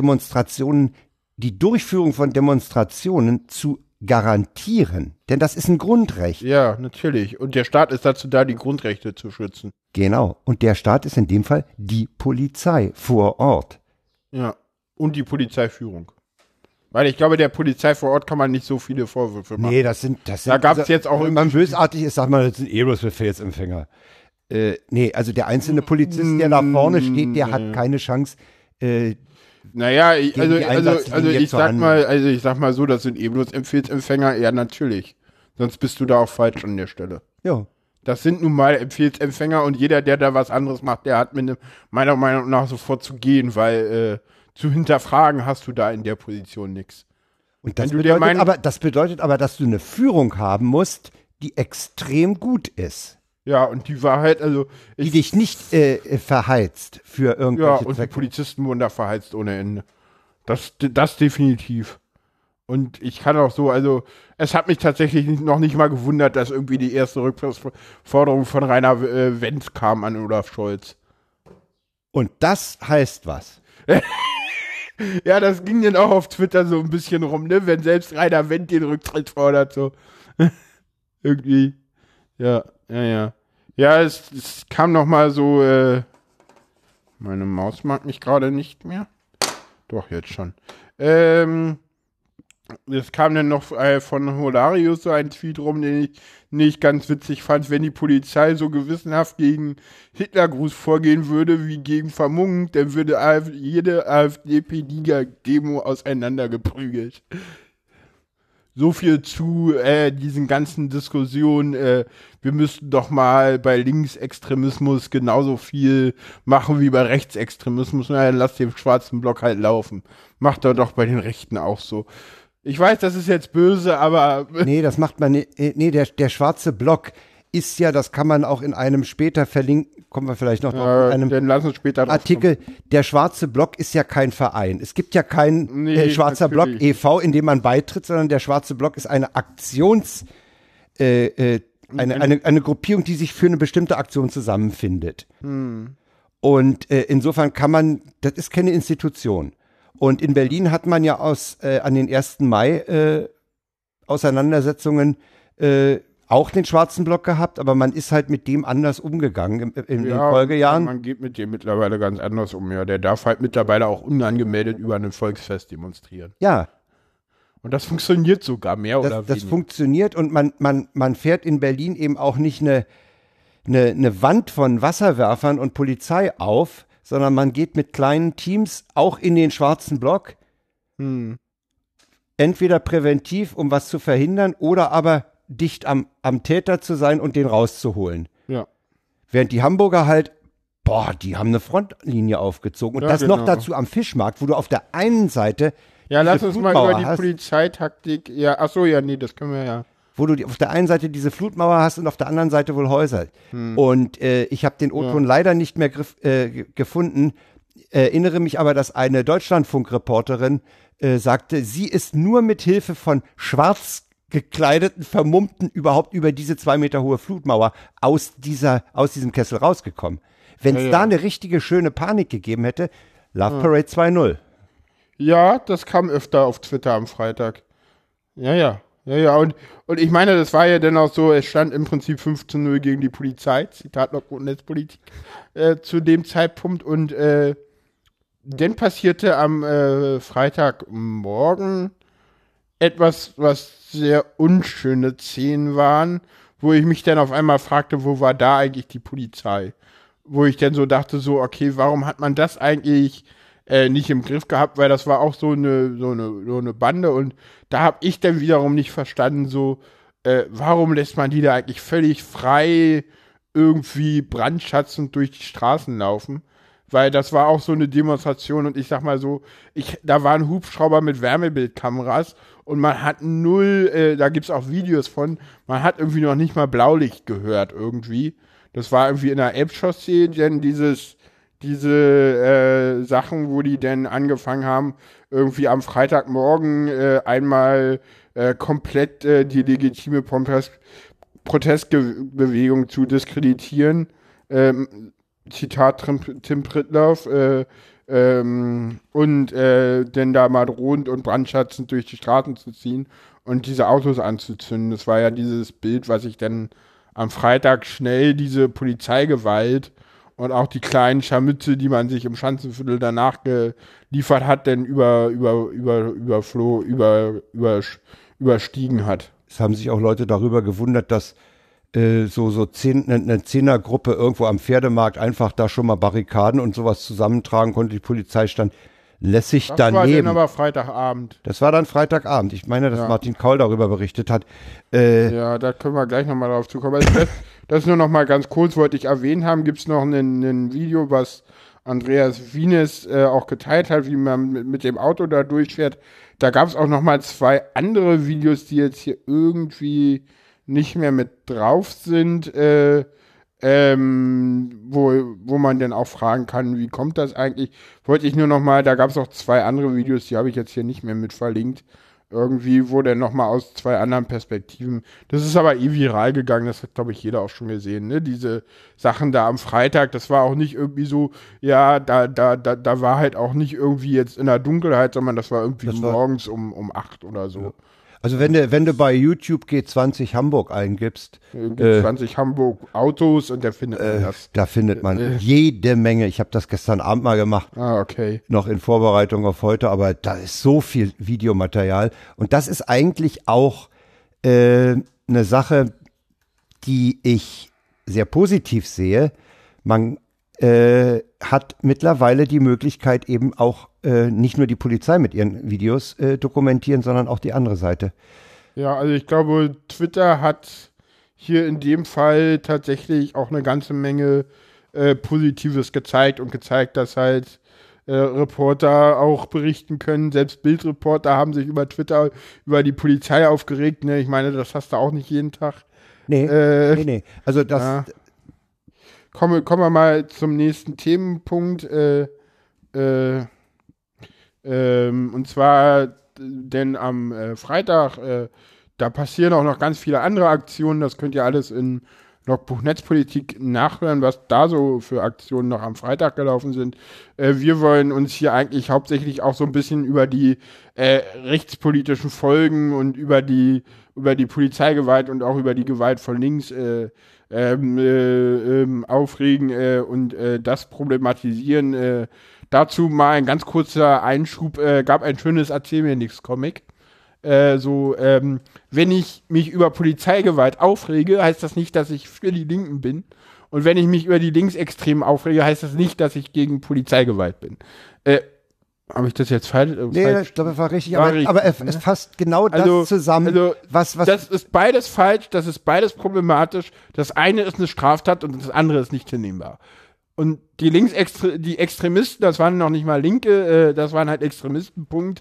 die Durchführung von Demonstrationen zu garantieren. Denn das ist ein Grundrecht. Ja, natürlich. Und der Staat ist dazu da, die Grundrechte zu schützen. Genau. Und der Staat ist in dem Fall die Polizei vor Ort. Ja. Und die Polizeiführung. Weil ich glaube, der Polizei vor Ort kann man nicht so viele Vorwürfe machen. Nee, das sind da gab es jetzt auch wenn man bösartig ist, sagt man, das sind Befehlsempfänger. Nee, also der einzelne Polizist, der da vorne steht, der hat keine Chance. Naja, ich sag mal so, das sind bloß Befehlsempfänger, ja, natürlich. Sonst bist du da auch falsch an der Stelle. Ja. Das sind nun mal Befehlsempfänger und jeder, der da was anderes macht, der hat meiner Meinung nach sofort zu gehen, weil zu hinterfragen hast du da in der Position nichts. Und das bedeutet aber, dass du eine Führung haben musst, die extrem gut ist. Ja, und die war halt, die dich nicht verheizt für irgendwelche Zwecke. Ja, und die Polizisten wurden da verheizt ohne Ende. Das definitiv. Und ich kann auch so, es hat mich tatsächlich noch nicht mal gewundert, dass irgendwie die erste Rückforderung von Rainer Wendt kam an Olaf Scholz. Und das heißt was? Ja, das ging dann auch auf Twitter so ein bisschen rum, ne? Wenn selbst Rainer Wendt den Rücktritt fordert, so. Irgendwie. Ja. Ja, es kam noch mal so, meine Maus mag mich gerade nicht mehr. Doch, jetzt schon. Es kam dann noch von Holarius so ein Tweet rum, den ich nicht ganz witzig fand, wenn die Polizei so gewissenhaft gegen Hitlergruß vorgehen würde wie gegen Vermummung, dann würde jede AfD-Demo auseinandergeprügelt. So viel zu diesen ganzen Diskussionen, wir müssten doch mal bei Linksextremismus genauso viel machen wie bei Rechtsextremismus. Na, dann lasst den schwarzen Block halt laufen. Macht doch bei den Rechten auch so. Ich weiß, das ist jetzt böse, aber... Nee, das macht man nicht. Nee, der schwarze Block ist ja, das kann man auch in einem später verlinken, kommen wir vielleicht noch drauf, in einem Artikel. Der schwarze Block ist ja kein Verein. Es gibt ja kein schwarzer Block e.V., in dem man beitritt, sondern der schwarze Block ist eine eine Gruppierung, die sich für eine bestimmte Aktion zusammenfindet. Und insofern das ist keine Institution. Und in Berlin hat man ja an den 1. Mai Auseinandersetzungen auch den schwarzen Block gehabt, aber man ist halt mit dem anders umgegangen in den Folgejahren. Man geht mit dem mittlerweile ganz anders um. Ja, der darf halt mittlerweile auch unangemeldet über ein Volksfest demonstrieren. Ja. Und das funktioniert sogar mehr oder weniger. Das funktioniert und man fährt in Berlin eben auch nicht eine Wand von Wasserwerfern und Polizei auf, sondern man geht mit kleinen Teams auch in den schwarzen Block. Entweder präventiv, um was zu verhindern, oder aber dicht am Täter zu sein und den rauszuholen. Ja. Während die Hamburger halt, die haben eine Frontlinie aufgezogen. Und das noch dazu am Fischmarkt, wo du auf der einen Seite lass uns mal über die Polizeitaktik, das können wir ja. Wo du auf der einen Seite diese Flutmauer hast und auf der anderen Seite wohl Häuser. Und ich habe den O-Ton leider nicht mehr gefunden. erinnere mich aber, dass eine Deutschlandfunk-Reporterin sagte, sie ist nur mit Hilfe von schwarz gekleideten Vermummten überhaupt über diese 2 Meter hohe Flutmauer aus diesem Kessel rausgekommen. Wenn es da eine richtige schöne Panik gegeben hätte, Love Parade 2.0. Ja, das kam öfter auf Twitter am Freitag. Ja. Und ich meine, das war ja dann auch so, es stand im Prinzip 5:0 gegen die Polizei, Zitat noch Netzpolitik, zu dem Zeitpunkt. Und dann passierte am Freitagmorgen etwas, was sehr unschöne Szenen waren, wo ich mich dann auf einmal fragte, wo war da eigentlich die Polizei? Wo ich dann so dachte, so, okay, warum hat man das eigentlich nicht im Griff gehabt, weil das war auch so eine Bande und da habe ich dann wiederum nicht verstanden, so, warum lässt man die da eigentlich völlig frei irgendwie brandschatzend durch die Straßen laufen? Weil das war auch so eine Demonstration und ich sag mal so, da waren Hubschrauber mit Wärmebildkameras und man hat da gibt's auch Videos von, man hat irgendwie noch nicht mal Blaulicht gehört irgendwie. Das war irgendwie in der Elbchaussee, denn diese Sachen, wo die dann angefangen haben, irgendwie am Freitagmorgen einmal komplett die legitime Protestbewegung zu diskreditieren. Zitat Tim Prittlaff. Und dann da mal drohend und brandschatzend durch die Straßen zu ziehen und diese Autos anzuzünden. Das war ja dieses Bild, was ich dann am Freitag schnell diese Polizeigewalt und auch die kleinen Scharmütze, die man sich im Schanzenviertel danach geliefert hat, denn überstiegen hat. Es haben sich auch Leute darüber gewundert, dass eine Zehnergruppe irgendwo am Pferdemarkt einfach da schon mal Barrikaden und sowas zusammentragen konnte. Die Polizei stand lässig daneben. Das war dann aber Freitagabend. Das war dann Freitagabend. Ich meine, dass Martin Kaul darüber berichtet hat. Ja, da können wir gleich nochmal drauf zukommen. Also das nur noch mal ganz kurz, wollte ich erwähnen haben. Gibt es noch ein Video, was Andreas Wienes auch geteilt hat, wie man mit dem Auto da durchfährt. Da gab es auch noch mal 2 andere Videos, die jetzt hier irgendwie nicht mehr mit drauf sind, wo man dann auch fragen kann, wie kommt das eigentlich? Wollte ich nur noch mal, da gab es auch 2 andere Videos, die habe ich jetzt hier nicht mehr mit verlinkt. Irgendwie, wo dann noch mal aus 2 anderen Perspektiven. Das ist aber viral gegangen, das hat, glaube ich, jeder auch schon gesehen, ne? Diese Sachen da am Freitag, das war auch nicht irgendwie so, ja, da war halt auch nicht irgendwie jetzt in der Dunkelheit, sondern das war irgendwie morgens um 8 oder so. Ja. Also wenn du bei YouTube G20 Hamburg eingibst, G20 Hamburg Autos und da findet man das. Da findet man jede Menge. Ich habe das gestern Abend mal gemacht. Okay. Noch in Vorbereitung auf heute, aber da ist so viel Videomaterial. Und das ist eigentlich auch eine Sache, die ich sehr positiv sehe. Man hat mittlerweile die Möglichkeit, eben auch nicht nur die Polizei mit ihren Videos dokumentieren, sondern auch die andere Seite. Ja, also ich glaube, Twitter hat hier in dem Fall tatsächlich auch eine ganze Menge Positives gezeigt und gezeigt, dass halt Reporter auch berichten können. Selbst Bildreporter haben sich über Twitter über die Polizei aufgeregt. Ne? Ich meine, das hast du auch nicht jeden Tag. Nee. Also das... Ja. Kommen wir mal zum nächsten Themenpunkt. Und zwar denn am Freitag, da passieren auch noch ganz viele andere Aktionen. Das könnt ihr alles in Logbuch Netzpolitik nachhören, was da so für Aktionen noch am Freitag gelaufen sind. Wir wollen uns hier eigentlich hauptsächlich auch so ein bisschen über die rechtspolitischen Folgen und über die Polizeigewalt und auch über die Gewalt von links aufregen und das problematisieren. Dazu mal ein ganz kurzer Einschub, gab ein schönes Erzähl mir nix Comic. Wenn ich mich über Polizeigewalt aufrege, heißt das nicht, dass ich für die Linken bin. Und wenn ich mich über die Linksextremen aufrege, heißt das nicht, dass ich gegen Polizeigewalt bin. Habe ich das jetzt falsch? Nee, ich glaube, das war richtig. Aber es fasst genau das zusammen. Was das ist beides falsch, das ist beides problematisch. Das eine ist eine Straftat und das andere ist nicht hinnehmbar. Und die Extremisten, das waren noch nicht mal Linke, das waren halt Extremisten, Punkt.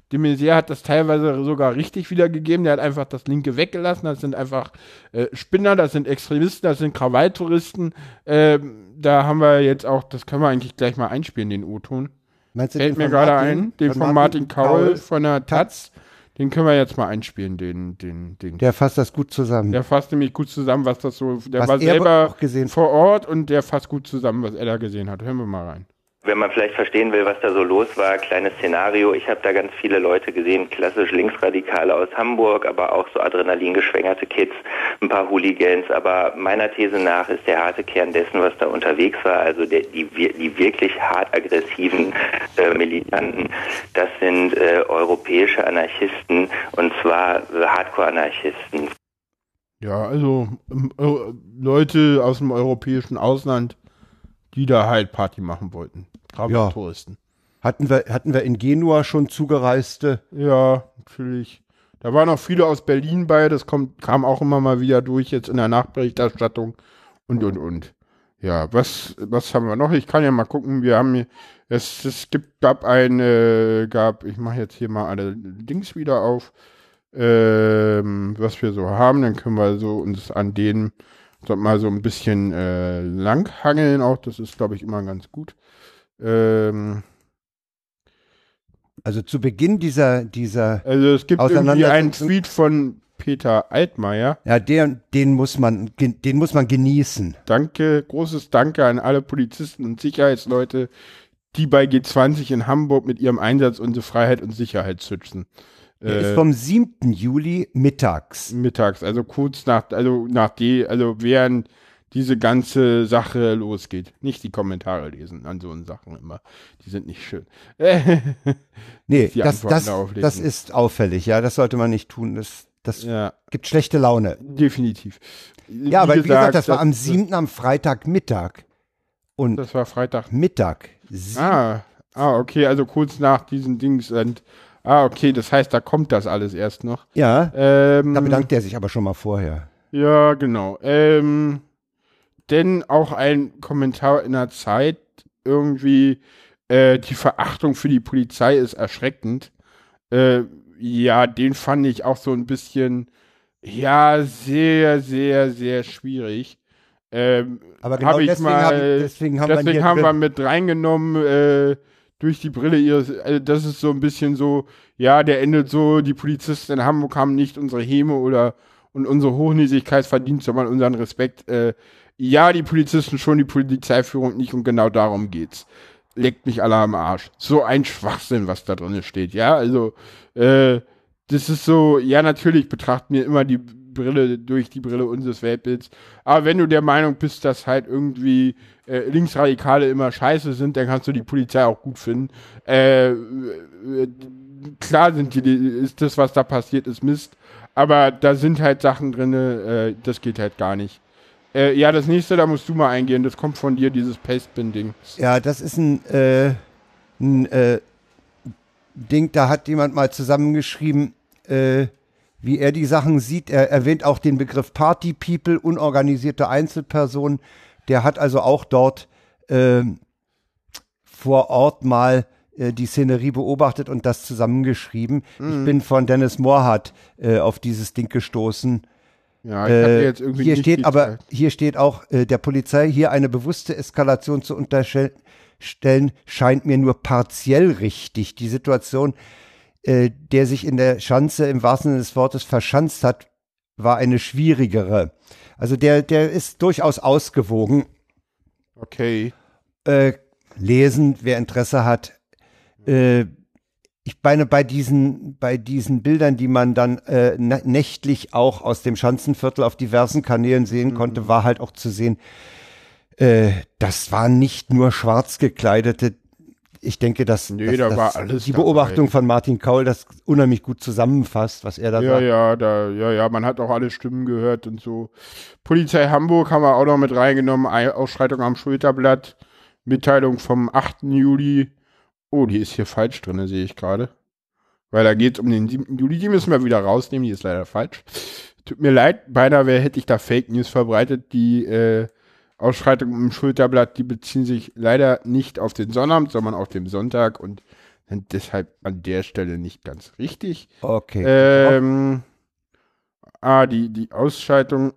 de Maizière hat das teilweise sogar richtig wiedergegeben. Der hat einfach das Linke weggelassen. Das sind einfach Spinner, das sind Extremisten, das sind Krawalltouristen. Da haben wir jetzt auch, das können wir eigentlich gleich mal einspielen, den O-Ton. Fällt mir gerade ein, den von Martin Kaul von der Taz. Den können wir jetzt mal einspielen, den. Der fasst das gut zusammen. Der fasst nämlich gut zusammen, was das so, der war selber vor Ort und der fasst gut zusammen, was er da gesehen hat. Hören wir mal rein. Wenn man vielleicht verstehen will, was da so los war, kleines Szenario. Ich habe da ganz viele Leute gesehen, klassisch Linksradikale aus Hamburg, aber auch so adrenalingeschwängerte Kids, ein paar Hooligans. Aber meiner These nach ist der harte Kern dessen, was da unterwegs war, also die wirklich hart aggressiven Militanten, das sind europäische Anarchisten, und zwar Hardcore-Anarchisten. Ja, also Leute aus dem europäischen Ausland, die da halt Party machen wollten. Ja. Touristen. Hatten wir in Genua schon Zugereiste? Ja, natürlich. Da waren auch viele aus Berlin bei, das kam auch immer mal wieder durch jetzt in der Nachberichterstattung und. Ja, was haben wir noch? Ich kann ja mal gucken, wir haben hier, ich mache jetzt hier mal alle Links wieder auf, was wir so haben, dann können wir so uns an denen mal so ein bisschen langhangeln auch, das ist, glaube ich, immer ganz gut. Also zu Beginn dieser also es gibt irgendwie einen Tweet von Peter Altmaier. Ja, den muss man genießen. Danke, großes Danke an alle Polizisten und Sicherheitsleute, die bei G20 in Hamburg mit ihrem Einsatz unsere Freiheit und Sicherheit schützen. Der ist vom 7. Juli mittags. Also kurz während diese ganze Sache losgeht. Nicht die Kommentare lesen an so Sachen immer. Die sind nicht schön. Nee, das ist auffällig, ja, das sollte man nicht tun. Das gibt schlechte Laune. Definitiv. Ja, aber wie gesagt, das war am 7. am Freitagmittag. Und das war Freitagmittag. Okay, also kurz nach diesen Dings. Okay, das heißt, da kommt das alles erst noch. Ja, da bedankt er sich aber schon mal vorher. Ja, genau. Denn auch ein Kommentar in der Zeit irgendwie, die Verachtung für die Polizei ist erschreckend. Ja, den fand ich auch so ein bisschen, ja, sehr, sehr, sehr schwierig. Aber genau deswegen haben wir mit reingenommen, durch die Brille ihres, also das ist so ein bisschen so, ja, der endet so, die Polizisten in Hamburg haben nicht unsere Häme und unsere Hochnäsigkeit verdient, sondern unseren Respekt. Ja, die Polizisten schon, die Polizeiführung nicht, und genau darum geht's. Leckt mich alle am Arsch. So ein Schwachsinn, was da drin steht, ja, also, das ist so, ja, natürlich betrachten wir immer die Brille durch die Brille unseres Weltbilds, aber wenn du der Meinung bist, dass halt irgendwie Linksradikale immer scheiße sind, dann kannst du die Polizei auch gut finden. Klar ist das, was da passiert, ist Mist, aber da sind halt Sachen drin, das geht halt gar nicht. Ja, das nächste, da musst du mal eingehen, das kommt von dir, dieses Pastebin-Ding. Ja, das ist ein Ding, da hat jemand mal zusammengeschrieben, wie er die Sachen sieht. Er erwähnt auch den Begriff Party People, unorganisierte Einzelpersonen. Der hat also auch dort vor Ort mal die Szenerie beobachtet und das zusammengeschrieben. Ich bin von Dennis Morhardt auf dieses Ding gestoßen. Ja, ich hatte jetzt irgendwie hier steht auch, der Polizei hier eine bewusste Eskalation zu unterstellen, scheint mir nur partiell richtig. Die Situation, der sich in der Schanze im wahrsten Sinne des Wortes verschanzt hat, war eine schwierigere. Also der ist durchaus ausgewogen. Okay. Lesen, wer Interesse hat. Ich meine, bei diesen Bildern, die man dann nächtlich auch aus dem Schanzenviertel auf diversen Kanälen sehen konnte, war halt auch zu sehen, das waren nicht nur schwarz gekleidete. Ich denke, dass die Beobachtung von Martin Kaul das unheimlich gut zusammenfasst, was er da sagt. Ja, man hat auch alle Stimmen gehört und so. Polizei Hamburg haben wir auch noch mit reingenommen, Ausschreitung am Schulterblatt, Mitteilung vom 8. Juli. Oh, die ist hier falsch drin, sehe ich gerade. Weil da geht es um den 7. Juli, die müssen wir wieder rausnehmen, die ist leider falsch. Tut mir leid, beinahe hätte ich da Fake News verbreitet, die Ausschreitungen im Schulterblatt, die beziehen sich leider nicht auf den Sonnabend, sondern auf den Sonntag, und sind deshalb an der Stelle nicht ganz richtig. Okay. Die Ausschaltung.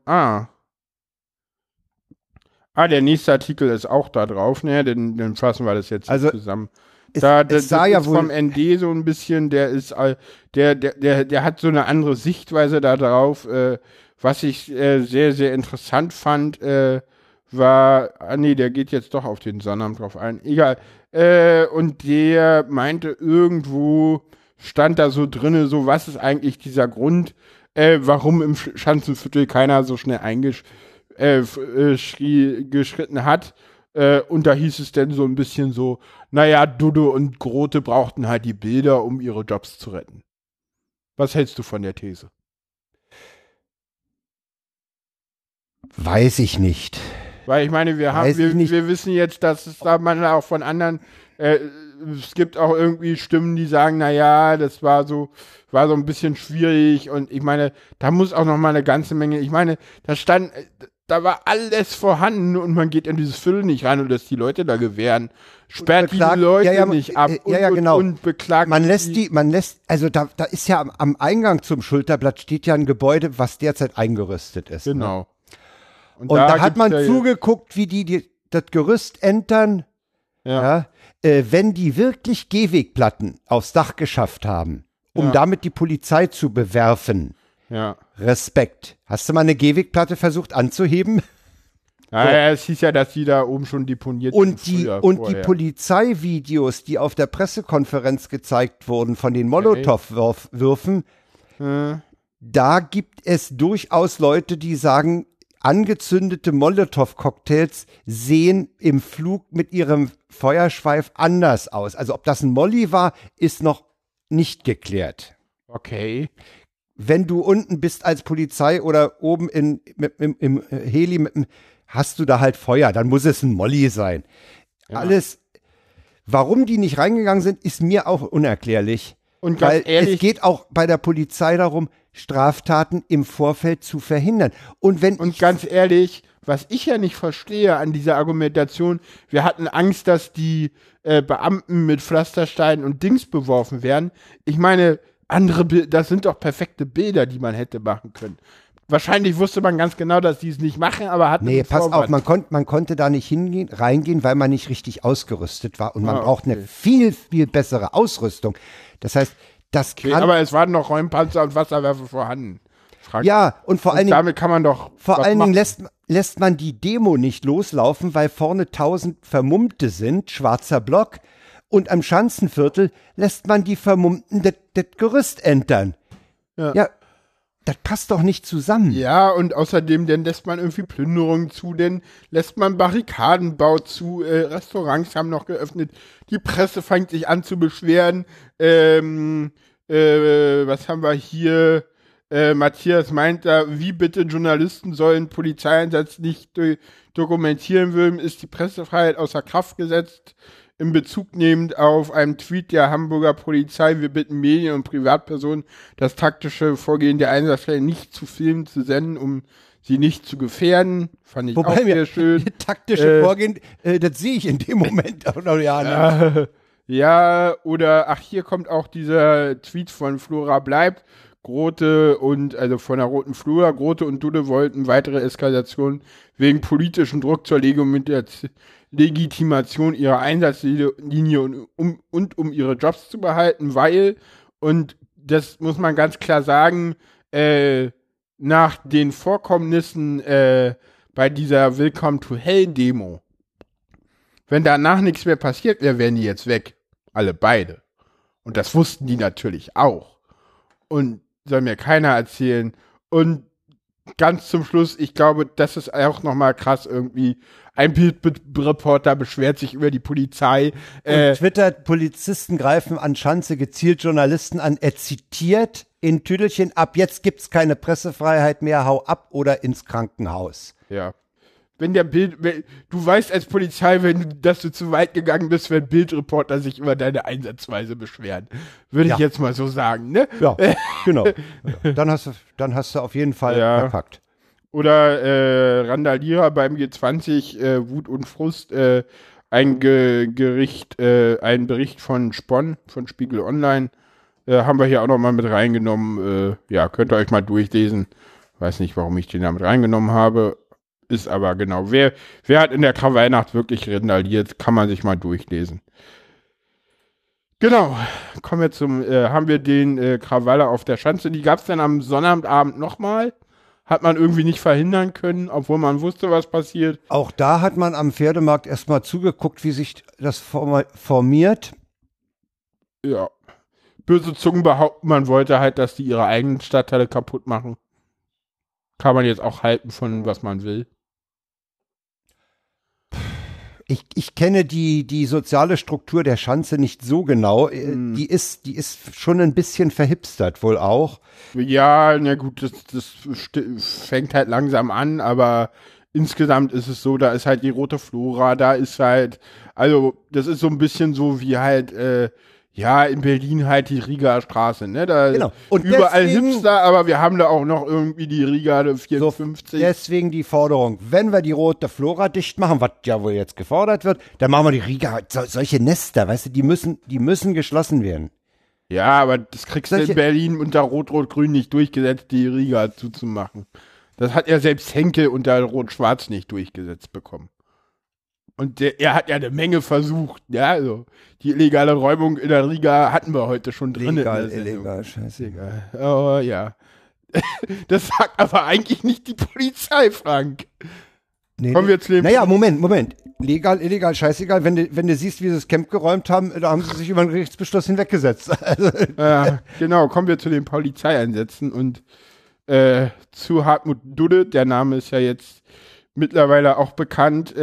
Der nächste Artikel ist auch da drauf, ne? Dann fassen wir das jetzt zusammen. Das sah ja ist wohl vom ND so ein bisschen, der hat so eine andere Sichtweise da drauf. Was ich sehr, sehr interessant fand, war, der geht jetzt doch auf den Sonnabend drauf ein. Egal. Und der meinte, irgendwo stand da so drinne, so was ist eigentlich dieser Grund, warum im Schanzenviertel keiner so schnell geschritten hat. Und da hieß es dann so ein bisschen so, naja, Dudde und Grote brauchten halt die Bilder, um ihre Jobs zu retten. Was hältst du von der These? Weiß ich nicht. Weil ich meine, wir wissen jetzt, dass es da manchmal auch von anderen, es gibt auch irgendwie Stimmen, die sagen, naja, das war so ein bisschen schwierig und ich meine, da muss auch noch mal eine ganze Menge, ich meine, da war alles vorhanden und man geht in dieses Viertel nicht rein und lässt die Leute da gewähren, sperrt die Leute nicht ab und beklagt. Also da ist ja am Eingang zum Schulterblatt steht ja ein Gebäude, was derzeit eingerüstet ist. Genau. Ne? Und da hat man zugeguckt, wie die das Gerüst entern, wenn die wirklich Gehwegplatten aufs Dach geschafft haben, um damit die Polizei zu bewerfen. Ja. Respekt. Hast du mal eine Gehwegplatte versucht anzuheben? Ja, es hieß ja, dass die da oben schon deponiert und die Polizeivideos, die auf der Pressekonferenz gezeigt wurden von den Molotow-Würfen, da gibt es durchaus Leute, die sagen, angezündete Molotow-Cocktails sehen im Flug mit ihrem Feuerschweif anders aus. Also ob das ein Molly war, ist noch nicht geklärt. Okay. Wenn du unten bist als Polizei oder oben im Heli, hast du da halt Feuer, dann muss es ein Molly sein. Ja. Alles, warum die nicht reingegangen sind, ist mir auch unerklärlich. Und ganz ehrlich, es geht auch bei der Polizei darum, Straftaten im Vorfeld zu verhindern. Und ganz ehrlich, was ich ja nicht verstehe an dieser Argumentation, wir hatten Angst, dass die Beamten mit Pflastersteinen und Dings beworfen werden. Ich meine, das sind doch perfekte Bilder, die man hätte machen können. Wahrscheinlich wusste man ganz genau, dass die es nicht machen, aber hat pass auf, man konnte da nicht reingehen, weil man nicht richtig ausgerüstet war. Und man braucht eine viel, viel bessere Ausrüstung. Das heißt, das kann... aber es waren noch Räumpanzer und Wasserwerfer vorhanden. Und vor allen Dingen... damit kann man doch... Vor allen Dingen lässt man die Demo nicht loslaufen, weil vorne 1000 Vermummte sind, schwarzer Block. Und am Schanzenviertel lässt man die Vermummten das Gerüst entern. Ja, das passt doch nicht zusammen. Ja, und außerdem, dann lässt man irgendwie Plünderungen zu, dann lässt man Barrikadenbau zu, Restaurants haben noch geöffnet, die Presse fängt sich an zu beschweren, was haben wir hier, Matthias meint da, wie bitte Journalisten sollen Polizeieinsatz nicht dokumentieren würden, ist die Pressefreiheit außer Kraft gesetzt. In Bezug nehmend auf einen Tweet der Hamburger Polizei, wir bitten Medien und Privatpersonen, das taktische Vorgehen der Einsatzstellen nicht zu filmen, zu senden, um sie nicht zu gefährden. Fand ich auch sehr schön. Taktische Vorgehen, das sehe ich in dem Moment auch noch, ja, oder, hier kommt auch dieser Tweet von Flora bleibt. Grote also von der Roten Flora, Grote und Dudde wollten weitere Eskalation wegen politischen Druck zur Legitimation ihrer Einsatzlinie und um ihre Jobs zu behalten, weil, und das muss man ganz klar sagen, nach den Vorkommnissen bei dieser Welcome to Hell Demo, wenn danach nichts mehr passiert wäre, wären die jetzt weg. Alle beide. Und das wussten die natürlich auch. Und soll mir keiner erzählen. Und ganz zum Schluss, ich glaube, das ist auch nochmal krass irgendwie. Ein Bildreporter beschwert sich über die Polizei. Und twittert, Polizisten greifen an Schanze gezielt Journalisten an. Er zitiert in Tüdelchen, ab jetzt gibt's keine Pressefreiheit mehr, hau ab oder ins Krankenhaus. Ja. Du weißt als Polizei, dass du zu weit gegangen bist, wenn Bildreporter sich über deine Einsatzweise beschweren. Würde ich jetzt mal so sagen, ne? Ja, genau. Dann hast du auf jeden Fall verpackt. Oder Randalierer beim G20, Wut und Frust ein Bericht von Spon, von Spiegel Online, haben wir hier auch nochmal mit reingenommen. Ja, könnt ihr euch mal durchlesen. Weiß nicht, warum ich den da mit reingenommen habe. Ist aber genau. Wer hat in der Krawallnacht wirklich randaliert, kann man sich mal durchlesen. Genau. Kommen wir haben wir den Krawaller auf der Schanze. Die gab es dann am Sonnabendabend nochmal. Hat man irgendwie nicht verhindern können, obwohl man wusste, was passiert. Auch da hat man am Pferdemarkt erstmal zugeguckt, wie sich das formiert. Ja. Böse Zungen behaupten, man wollte halt, dass die ihre eigenen Stadtteile kaputt machen. Kann man jetzt auch halten von, was man will. Ich kenne die soziale Struktur der Schanze nicht so genau. Die ist schon ein bisschen verhipstert wohl auch. Ja, na gut, das fängt halt langsam an, aber insgesamt ist es so, da ist halt die rote Flora, da ist halt, also das ist so ein bisschen so wie halt, ja, in Berlin halt die Rigaer Straße, ne? Da genau. Und überall deswegen, Hipster, aber wir haben da auch noch irgendwie die Rigaer 54. So, deswegen die Forderung, wenn wir die rote Flora dicht machen, was ja wohl jetzt gefordert wird, dann machen wir die Rigaer, solche Nester, weißt du, die müssen geschlossen werden. Ja, aber das kriegst du in Berlin unter Rot-Rot-Grün nicht durchgesetzt, die Rigaer zuzumachen. Das hat ja selbst Henkel unter Rot-Schwarz nicht durchgesetzt bekommen. Und er hat ja eine Menge versucht. Ja, also die illegale Räumung in der Riga hatten wir heute schon drin. Illegal, scheißegal. Oh ja. Das sagt aber eigentlich nicht die Polizei, Frank. Nee, Kommen wir zu dem. Naja, Moment. Legal, illegal, scheißegal. Wenn du siehst, wie sie das Camp geräumt haben, da haben sie sich über den Gerichtsbeschluss hinweggesetzt. Ja, genau. Kommen wir zu den Polizeieinsätzen und zu Hartmut Dudde. Der Name ist ja jetzt mittlerweile auch bekannt,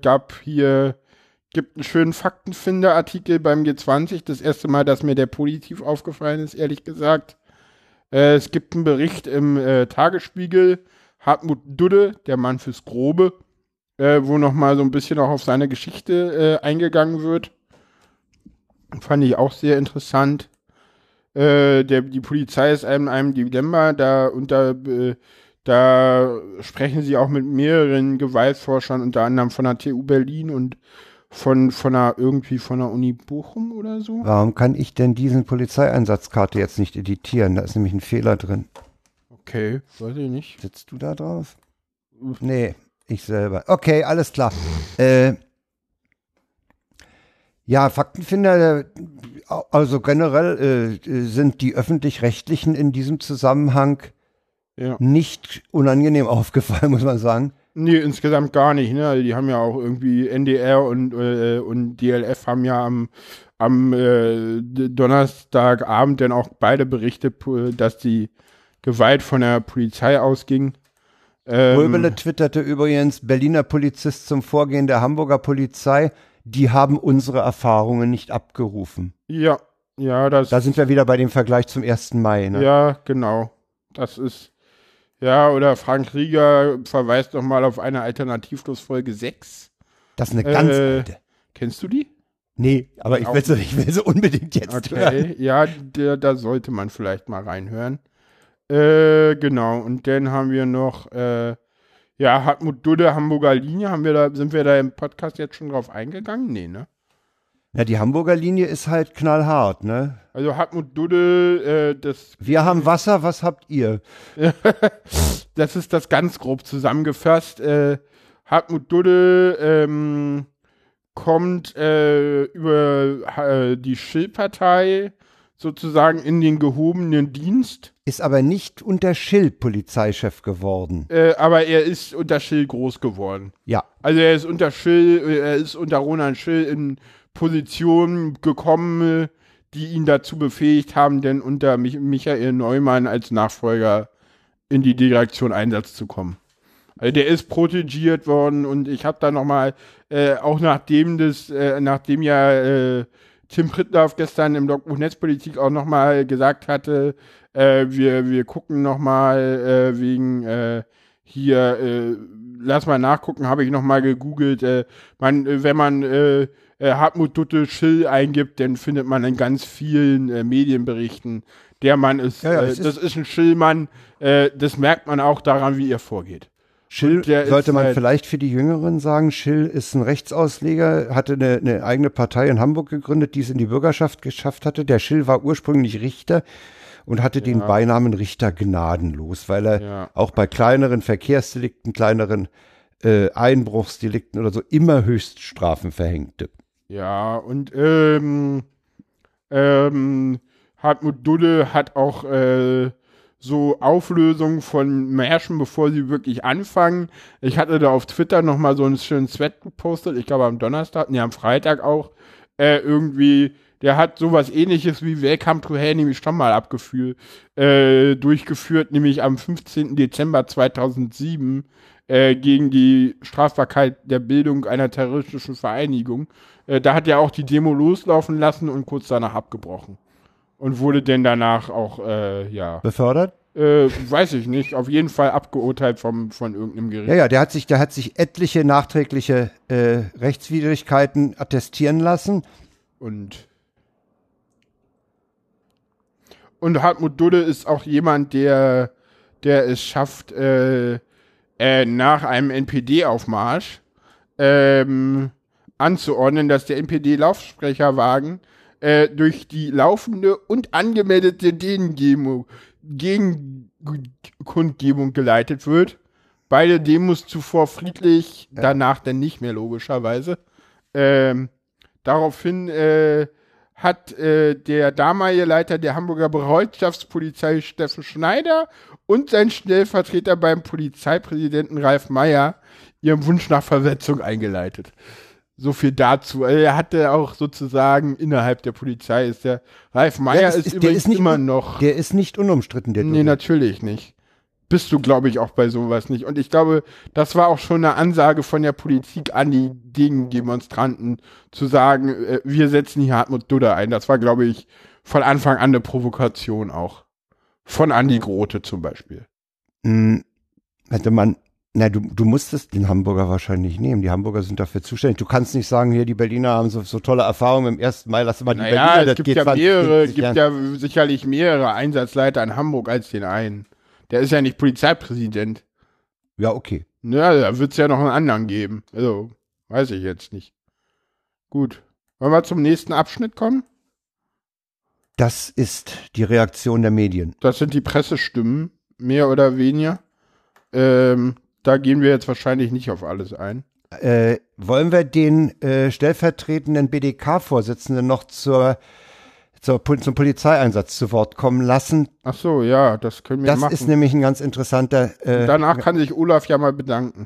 gibt einen schönen Faktenfinder-Artikel beim G20. Das erste Mal, dass mir der positiv aufgefallen ist, ehrlich gesagt. Es gibt einen Bericht im Tagesspiegel, Hartmut Dudde, der Mann fürs Grobe, wo nochmal so ein bisschen auch auf seine Geschichte eingegangen wird. Fand ich auch sehr interessant. Die Polizei ist einem Dilemma, da sprechen sie auch mit mehreren Gewaltforschern, unter anderem von der TU Berlin und von der Uni Bochum oder so. Warum kann ich denn diesen Polizeieinsatzkarte jetzt nicht editieren? Da ist nämlich ein Fehler drin. Okay, weiß ich nicht. Sitzt du da drauf? Nee, ich selber. Okay, alles klar. Ja, Faktenfinder, also generell sind die Öffentlich-Rechtlichen in diesem Zusammenhang nicht unangenehm aufgefallen, muss man sagen. Nee, insgesamt gar nicht. Ne? Die haben ja auch irgendwie NDR und DLF haben ja am Donnerstagabend dann auch beide berichtet, dass die Gewalt von der Polizei ausging. Röbele twitterte übrigens, Berliner Polizist zum Vorgehen der Hamburger Polizei, die haben unsere Erfahrungen nicht abgerufen. Ja, da sind wir wieder bei dem Vergleich zum 1. Mai. Ne? Ja, genau. Das ist, ja, oder Frank Rieger verweist noch mal auf eine Alternativlos-Folge 6. Das ist eine ganz alte. Kennst du die? Nee, aber ich will sie unbedingt jetzt hören. Ja, da sollte man vielleicht mal reinhören. Genau, und dann haben wir noch, Hartmut Dudde, Hamburger Linie, sind wir da im Podcast jetzt schon drauf eingegangen? Nee, ne? Ja, die Hamburger Linie ist halt knallhart, ne? Also Hartmut Dudde, wir haben Wasser, was habt ihr? Das ist das ganz grob zusammengefasst. Hartmut Dudde kommt über die Schill-Partei sozusagen in den gehobenen Dienst. Ist aber nicht unter Schill Polizeichef geworden. Aber er ist unter Schill groß geworden. Ja. Also er ist unter Roland Schill in Positionen gekommen, die ihn dazu befähigt haben, denn unter Michael Neumann als Nachfolger in die Direktion Einsatz zu kommen. Also der ist protegiert worden und ich habe da nochmal, auch nachdem Tim Prittlaff gestern im Logbuch Netzpolitik auch nochmal gesagt hatte, wir gucken nochmal wegen lass mal nachgucken, habe ich nochmal gegoogelt. Wenn man Hartmut Dudde Schill eingibt, dann findet man in ganz vielen Medienberichten, der Mann ist, das ist ein Schillmann, das merkt man auch daran, wie er vorgeht. Schill sollte man vielleicht für die Jüngeren sagen, Schill ist ein Rechtsausleger, hatte eine eigene Partei in Hamburg gegründet, die es in die Bürgerschaft geschafft hatte. Der Schill war ursprünglich Richter und hatte den Beinamen Richter gnadenlos, weil er auch bei kleineren Verkehrsdelikten, kleineren Einbruchsdelikten oder so immer Höchststrafen verhängte. Ja, und Hartmut Dudde hat auch so Auflösungen von Märschen, bevor sie wirklich anfangen. Ich hatte da auf Twitter nochmal so einen schönen Thread gepostet, ich glaube am Freitag auch, irgendwie, der hat sowas ähnliches wie Welcome to Hell nämlich schon mal durchgeführt, nämlich am 15. Dezember 2007 gegen die Strafbarkeit der Bildung einer terroristischen Vereinigung. Da hat er auch die Demo loslaufen lassen und kurz danach abgebrochen. Und wurde denn danach auch, befördert? Weiß ich nicht. Auf jeden Fall abgeurteilt von irgendeinem Gericht. Ja, der hat sich etliche nachträgliche Rechtswidrigkeiten attestieren lassen. Und Hartmut Dudde ist auch jemand, der es schafft, nach einem NPD-Aufmarsch anzuordnen, dass der NPD-Laufsprecherwagen durch die laufende und angemeldete Gegenkundgebung geleitet wird. Beide Demos zuvor friedlich, danach dann nicht mehr logischerweise. Daraufhin hat der damalige Leiter der Hamburger Bereitschaftspolizei Steffen Schneider und sein Stellvertreter beim Polizeipräsidenten Ralf Meyer ihren Wunsch nach Versetzung eingeleitet. So viel dazu. Er hatte auch sozusagen innerhalb der Polizei ist der Ralf Meyer ist übrigens immer noch. Der ist nicht unumstritten, der Nee, natürlich nicht. Bist du, glaube ich, auch bei sowas nicht. Und ich glaube, das war auch schon eine Ansage von der Politik an die Gegendemonstranten, zu sagen, wir setzen hier Hartmut Dudde ein. Das war, glaube ich, von Anfang an eine Provokation auch. Von Andi Grote zum Beispiel. Hätte man. Na, du musstest den Hamburger wahrscheinlich nehmen. Die Hamburger sind dafür zuständig. Du kannst nicht sagen, hier, die Berliner haben so tolle Erfahrungen im 1. Mai, lass mal die Berliner. Es gibt ja sicherlich mehrere Einsatzleiter in Hamburg als den einen. Der ist ja nicht Polizeipräsident. Ja, okay. Ja, da wird es ja noch einen anderen geben. Also, weiß ich jetzt nicht. Gut. Wollen wir zum nächsten Abschnitt kommen? Das ist die Reaktion der Medien. Das sind die Pressestimmen, mehr oder weniger. Da gehen wir jetzt wahrscheinlich nicht auf alles ein. Wollen wir den stellvertretenden BDK-Vorsitzenden noch zum Polizeieinsatz zu Wort kommen lassen? Ach so, ja, das können wir machen. Das ist nämlich ein ganz interessanter... danach kann sich Olaf ja mal bedanken.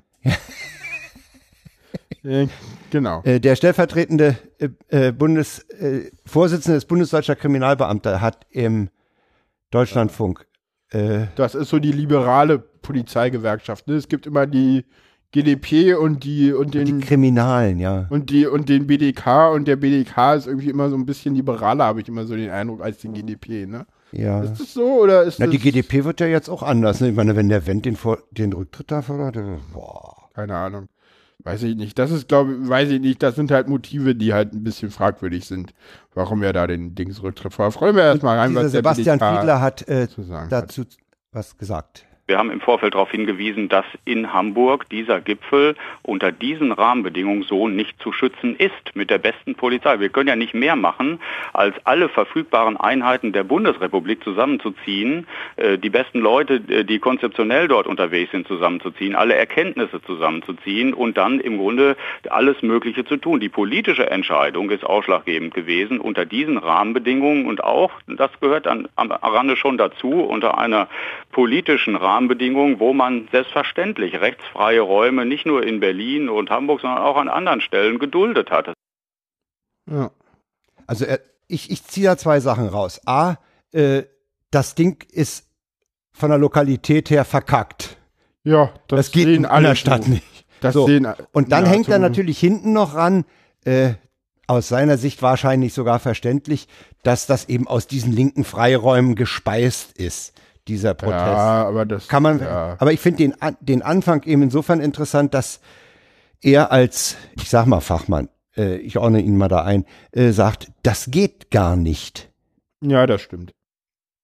Genau. Der stellvertretende Vorsitzende des Bundesdeutscher Kriminalbeamter hat im Deutschlandfunk... das ist so die liberale Polizeigewerkschaft. Ne? Es gibt immer die GdP und die Kriminalen, ja. Und den BDK, und der BDK ist irgendwie immer so ein bisschen liberaler, habe ich immer so den Eindruck, als die GdP, ne? Ja. Ist das so, oder ist das... Die GdP wird ja jetzt auch anders, ne? Ich meine, wenn der Wendt den Rücktritt da fordert, boah. Keine Ahnung. Weiß ich nicht. Das sind halt Motive, die halt ein bisschen fragwürdig sind, warum er da den Rücktritt fordert. Freuen wir erstmal rein, was der Sebastian BDK Fiedler hat dazu was gesagt. Wir haben im Vorfeld darauf hingewiesen, dass in Hamburg dieser Gipfel unter diesen Rahmenbedingungen so nicht zu schützen ist mit der besten Polizei. Wir können ja nicht mehr machen, als alle verfügbaren Einheiten der Bundesrepublik zusammenzuziehen, die besten Leute, die konzeptionell dort unterwegs sind, zusammenzuziehen, alle Erkenntnisse zusammenzuziehen und dann im Grunde alles Mögliche zu tun. Die politische Entscheidung ist ausschlaggebend gewesen unter diesen Rahmenbedingungen und auch, das gehört am Rande schon dazu, unter einer politischen Rahmenbedingungen, wo man selbstverständlich rechtsfreie Räume nicht nur in Berlin und Hamburg, sondern auch an anderen Stellen geduldet hat. Ja. Also ich ziehe da zwei Sachen raus. A, das Ding ist von der Lokalität her verkackt. Ja, das geht in aller Stadt nicht. Und dann hängt da natürlich hinten noch ran, aus seiner Sicht wahrscheinlich sogar verständlich, dass das eben aus diesen linken Freiräumen gespeist ist. Dieser Protest. Ja, aber das kann man. Ja. Aber ich finde den Anfang eben insofern interessant, dass er als, ich sag mal Fachmann, ich ordne ihn mal da ein, sagt, das geht gar nicht. Ja, das stimmt.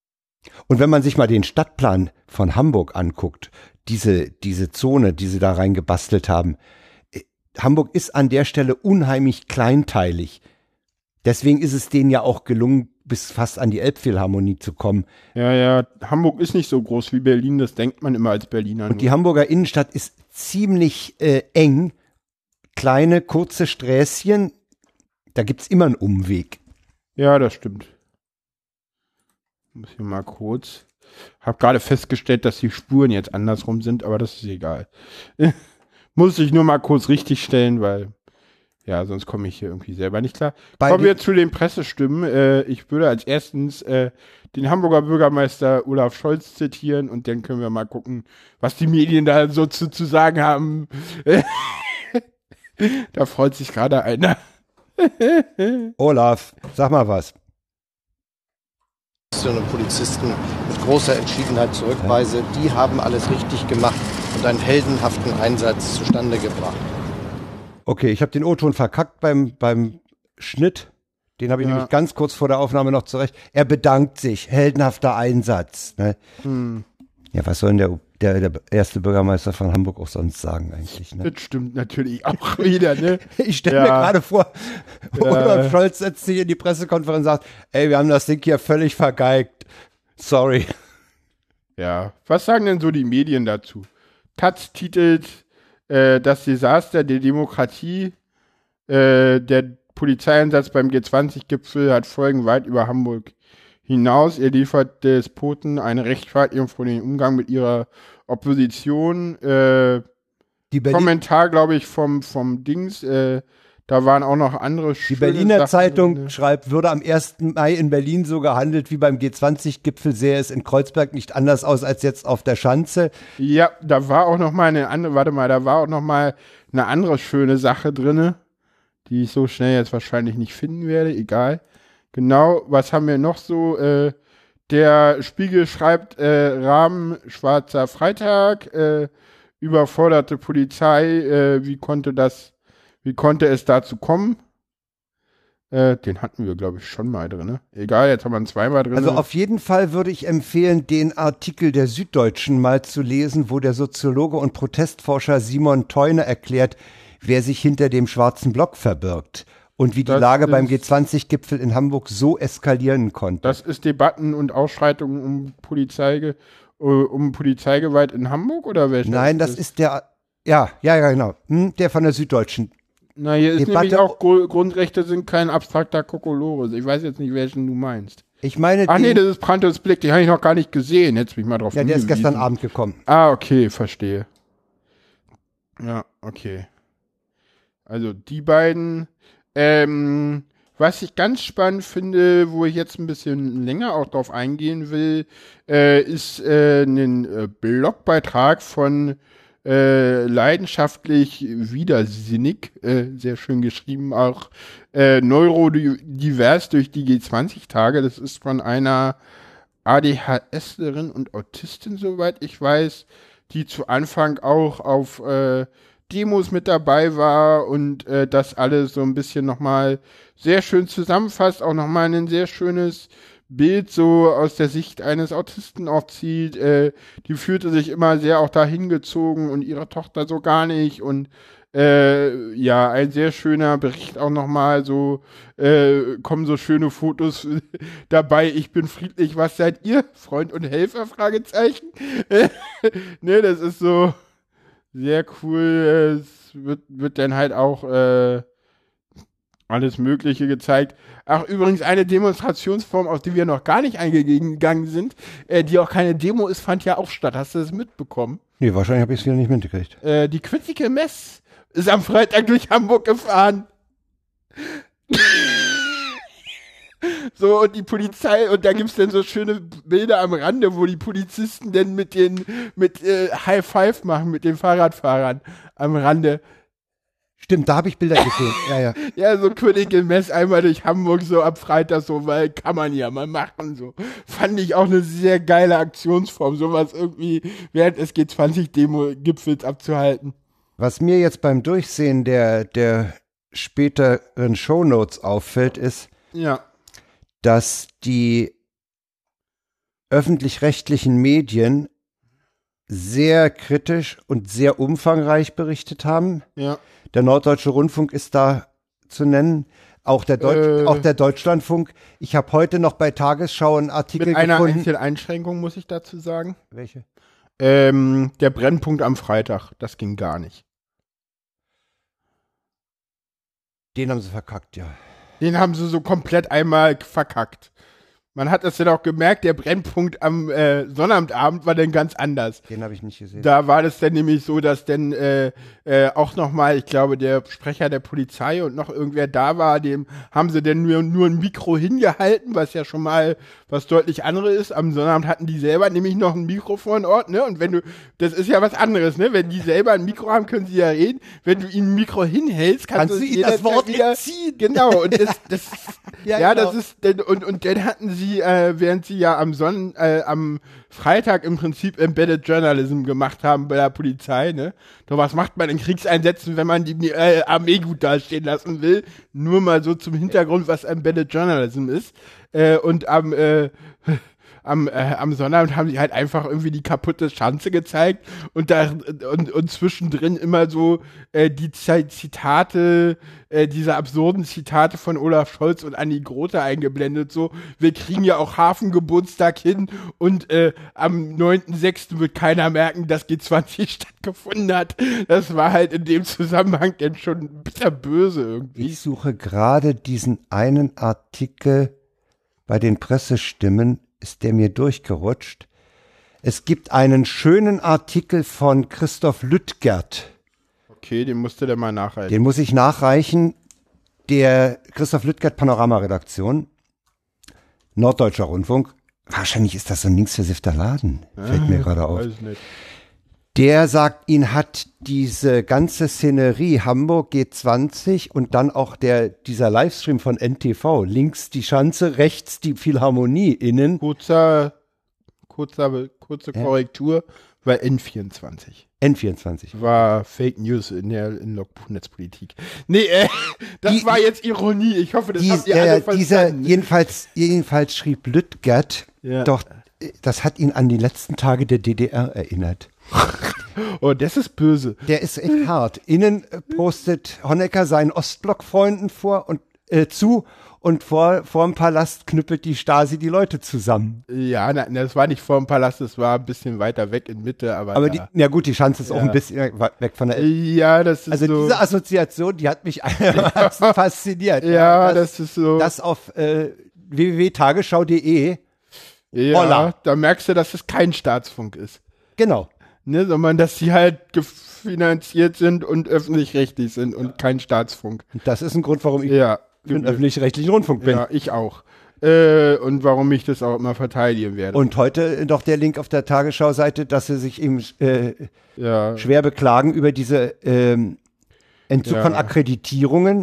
Und wenn man sich mal den Stadtplan von Hamburg anguckt, diese Zone, die sie da reingebastelt haben, Hamburg ist an der Stelle unheimlich kleinteilig. Deswegen ist es denen ja auch gelungen, bis fast an die Elbphilharmonie zu kommen. Ja, Hamburg ist nicht so groß wie Berlin, das denkt man immer als Berliner. Und die Hamburger Innenstadt ist ziemlich eng. Kleine, kurze Sträßchen, da gibt's immer einen Umweg. Ja, das stimmt. Muss hier mal kurz. Hab gerade festgestellt, dass die Spuren jetzt andersrum sind, aber das ist egal. Muss ich nur mal kurz richtig stellen, weil ja, sonst komme ich hier irgendwie selber nicht klar. Kommen wir zu den Pressestimmen. Ich würde als erstens den Hamburger Bürgermeister Olaf Scholz zitieren und dann können wir mal gucken, was die Medien da so zu sagen haben. Da freut sich gerade einer. Olaf, sag mal was. Und Polizisten mit großer Entschiedenheit zurückweise, die haben alles richtig gemacht und einen heldenhaften Einsatz zustande gebracht. Okay, ich habe den O-Ton verkackt beim Schnitt. Den habe ich nämlich ganz kurz vor der Aufnahme noch zurecht. Er bedankt sich, heldenhafter Einsatz. Ne? Ja, was soll denn der erste Bürgermeister von Hamburg auch sonst sagen eigentlich? Ne? Das stimmt natürlich auch wieder, ne? Ich stelle mir gerade vor, Olaf Scholz setzt sich in die Pressekonferenz und sagt, ey, wir haben das Ding hier völlig vergeigt. Sorry. Ja, was sagen denn so die Medien dazu? Taz titelt das Desaster der Demokratie, der Polizeieinsatz beim G20-Gipfel hat Folgen weit über Hamburg hinaus. Er liefert Despoten eine Rechtfertigung für den Umgang mit ihrer Opposition. Kommentar, glaube ich, vom Dings. Da waren auch noch andere Die Berliner Zeitung schreibt, würde am 1. Mai in Berlin so gehandelt wie beim G20-Gipfel, sähe es in Kreuzberg nicht anders aus als jetzt auf der Schanze. Ja, da war auch noch mal eine andere schöne Sache drinne, die ich so schnell jetzt wahrscheinlich nicht finden werde, egal. Genau, was haben wir noch so? Der Spiegel schreibt, Rahmen schwarzer Freitag, überforderte Polizei, wie konnte es dazu kommen? Den hatten wir, glaube ich, schon mal drin. Egal, jetzt haben wir ihn zweimal drin. Also auf jeden Fall würde ich empfehlen, den Artikel der Süddeutschen mal zu lesen, wo der Soziologe und Protestforscher Simon Theuner erklärt, wer sich hinter dem schwarzen Block verbirgt und wie die Lage beim G20-Gipfel in Hamburg so eskalieren konnte. Das ist Debatten und Ausschreitungen um Polizeigewalt in Hamburg oder welcher? Nein, das ist der, ja, genau, der von der Süddeutschen. Na, hier ist nämlich auch, Grundrechte sind kein abstrakter Kokolores. Ich weiß jetzt nicht, welchen du meinst. Ich meine, ach nee, das ist Brandes Blick, den habe ich noch gar nicht gesehen. Hättest mich mal drauf Ja, der ist gestern Abend gekommen. Ah, okay, verstehe. Ja, okay. Also die beiden. Was ich ganz spannend finde, wo ich jetzt ein bisschen länger auch drauf eingehen will, ist ein Blogbeitrag von leidenschaftlich widersinnig, sehr schön geschrieben auch, neurodivers durch die G20-Tage. Das ist von einer ADHSlerin und Autistin, soweit ich weiß, die zu Anfang auch auf Demos mit dabei war und das alles so ein bisschen nochmal sehr schön zusammenfasst, auch nochmal ein sehr schönes Bild so aus der Sicht eines Autisten auch zieht. Die fühlte sich immer sehr auch dahin gezogen und ihre Tochter so gar nicht und ja, ein sehr schöner Bericht auch nochmal, so kommen so schöne Fotos dabei, ich bin friedlich, was seid ihr? Freund und Helfer? Fragezeichen. Ne, das ist so sehr cool. Es wird dann halt auch alles Mögliche gezeigt. Ach, übrigens eine Demonstrationsform, auf die wir noch gar nicht eingegangen sind, die auch keine Demo ist, fand ja auch statt. Hast du das mitbekommen? Nee, wahrscheinlich habe ich es wieder nicht mitgekriegt. Die Critical Mess ist am Freitag durch Hamburg gefahren. So, und die Polizei, und da gibt's dann so schöne Bilder am Rande, wo die Polizisten dann mit High Five machen mit den Fahrradfahrern am Rande. Stimmt, da habe ich Bilder gesehen. Ja. Ja, so Critical Mess einmal durch Hamburg so ab Freitag so, weil kann man ja mal machen so. Fand ich auch eine sehr geile Aktionsform, sowas irgendwie während des G20-Demo-Gipfels abzuhalten. Was mir jetzt beim Durchsehen der späteren Shownotes auffällt, ist, ja, dass die öffentlich-rechtlichen Medien sehr kritisch und sehr umfangreich berichtet haben. Ja. Der Norddeutsche Rundfunk ist da zu nennen, auch der Deutschlandfunk. Ich habe heute noch bei Tagesschau einen Artikel mit einer gefunden. einzigen Einschränkung, muss ich dazu sagen. Welche? Der Brennpunkt am Freitag, das ging gar nicht. Den haben sie verkackt, ja. Den haben sie so komplett einmal verkackt. Man hat das dann auch gemerkt, der Brennpunkt am Sonnabendabend war dann ganz anders. Den habe ich nicht gesehen. Da war das dann nämlich so, dass dann auch nochmal, ich glaube, der Sprecher der Polizei und noch irgendwer da war, dem haben sie dann nur ein Mikro hingehalten, was ja schon mal was deutlich anderes ist. Am Sonnabend hatten die selber nämlich noch ein Mikro vor Ort, ne? Und wenn du, das ist ja was anderes, ne? Wenn die selber ein Mikro haben, können sie ja reden. Wenn du ihnen ein Mikro hinhältst, kannst du ihnen das Wort wieder entziehen. Genau, und das ja, genau. das ist, und dann hatten sie, während sie ja am Freitag im Prinzip Embedded Journalism gemacht haben bei der Polizei, ne? Doch was macht man in Kriegseinsätzen, wenn man die Armee gut dastehen lassen will? Nur mal so zum Hintergrund, was Embedded Journalism ist. Und am Sonnabend haben sie halt einfach irgendwie die kaputte Schanze gezeigt und zwischendrin immer so die Zitate, diese absurden Zitate von Olaf Scholz und Anni Grote eingeblendet, so, wir kriegen ja auch Hafengeburtstag hin und am 9.6. wird keiner merken, dass G20 stattgefunden hat. Das war halt in dem Zusammenhang dann schon bitterböse irgendwie. Ich suche gerade diesen einen Artikel bei den Pressestimmen, ist der mir durchgerutscht. Es gibt einen schönen Artikel von Christoph Lüttgert. Okay, den musst du dann mal nachreichen. Den muss ich nachreichen. Der Christoph Lüttgert Panorama-Redaktion, Norddeutscher Rundfunk. Wahrscheinlich ist das so ein linksversiffter Laden. Fällt mir gerade auf. Weiß nicht. Der sagt, ihn hat diese ganze Szenerie Hamburg G20 und dann auch dieser Livestream von NTV, links die Schanze, rechts die Philharmonie innen. Kurze Korrektur, war N24. N24. War Fake News in Logbuch-Netzpolitik. Nee, das war jetzt Ironie. Ich hoffe, das habt ihr alle verstanden. Jedenfalls schrieb Lüttgert, doch, das hat ihn an die letzten Tage der DDR erinnert. Oh, das ist böse. Der ist echt hart. Innen postet Honecker seinen Ostblock-Freunden vor und zu und vor dem Palast knüppelt die Stasi die Leute zusammen. Ja, das war nicht vor dem Palast, das war ein bisschen weiter weg in Mitte, aber die Schanze ist auch ein bisschen weg von der Ja, das ist also so. Diese Assoziation, die hat mich fasziniert. Ja, das ist so. Das auf www.tagesschau.de. Ja, da merkst du, dass es kein Staatsfunk ist. Genau. Ne, sondern dass sie halt finanziert sind und öffentlich-rechtlich sind und kein Staatsfunk. Das ist ein Grund, warum ich für den öffentlich-rechtlichen Rundfunk bin. Ja, ich auch. Und warum ich das auch immer verteidigen werde. Und heute noch der Link auf der Tagesschau-Seite, dass sie sich eben schwer beklagen über diese Entzug von Akkreditierungen.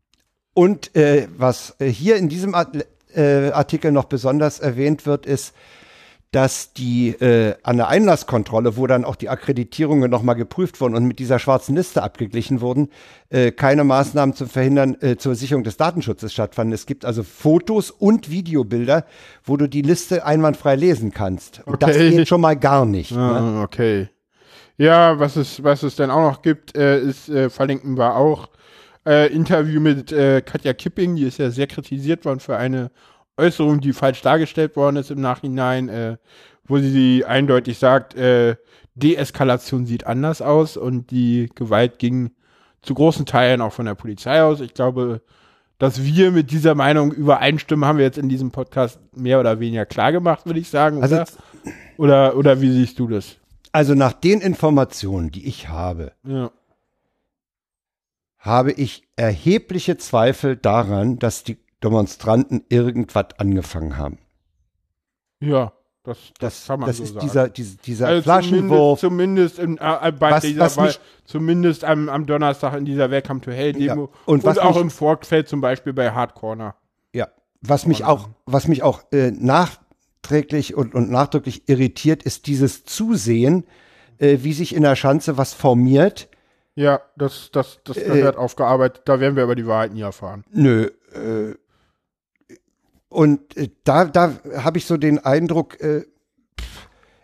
Und was hier in diesem Artikel noch besonders erwähnt wird, ist, dass die an der Einlasskontrolle, wo dann auch die Akkreditierungen nochmal geprüft wurden und mit dieser schwarzen Liste abgeglichen wurden, keine Maßnahmen zum Verhindern zur Sicherung des Datenschutzes stattfanden. Es gibt also Fotos und Videobilder, wo du die Liste einwandfrei lesen kannst. Und das geht schon mal gar nicht. Ne? Okay. Ja, was es dann auch noch gibt, verlinken wir auch Interview mit Katja Kipping, die ist ja sehr kritisiert worden für eine Äußerung, die falsch dargestellt worden ist im Nachhinein, wo sie eindeutig sagt, Deeskalation sieht anders aus und die Gewalt ging zu großen Teilen auch von der Polizei aus. Ich glaube, dass wir mit dieser Meinung übereinstimmen, haben wir jetzt in diesem Podcast mehr oder weniger klar gemacht, würde ich sagen. Oder wie siehst du das? Also nach den Informationen, die ich habe, habe ich erhebliche Zweifel daran, dass die Demonstranten irgendwas angefangen haben. Ja, das kann man das so ist sagen. Dieser also Flaschenwurf. Zumindest am Donnerstag in dieser Welcome to Hell Demo und auch im Vorfeld zum Beispiel bei Hard Corner. Ja, was mich auch nachträglich und nachdrücklich irritiert, ist dieses Zusehen, wie sich in der Schanze was formiert. Ja, das wird aufgearbeitet. Da werden wir aber die Wahrheit nie erfahren. Nö, und da habe ich so den Eindruck,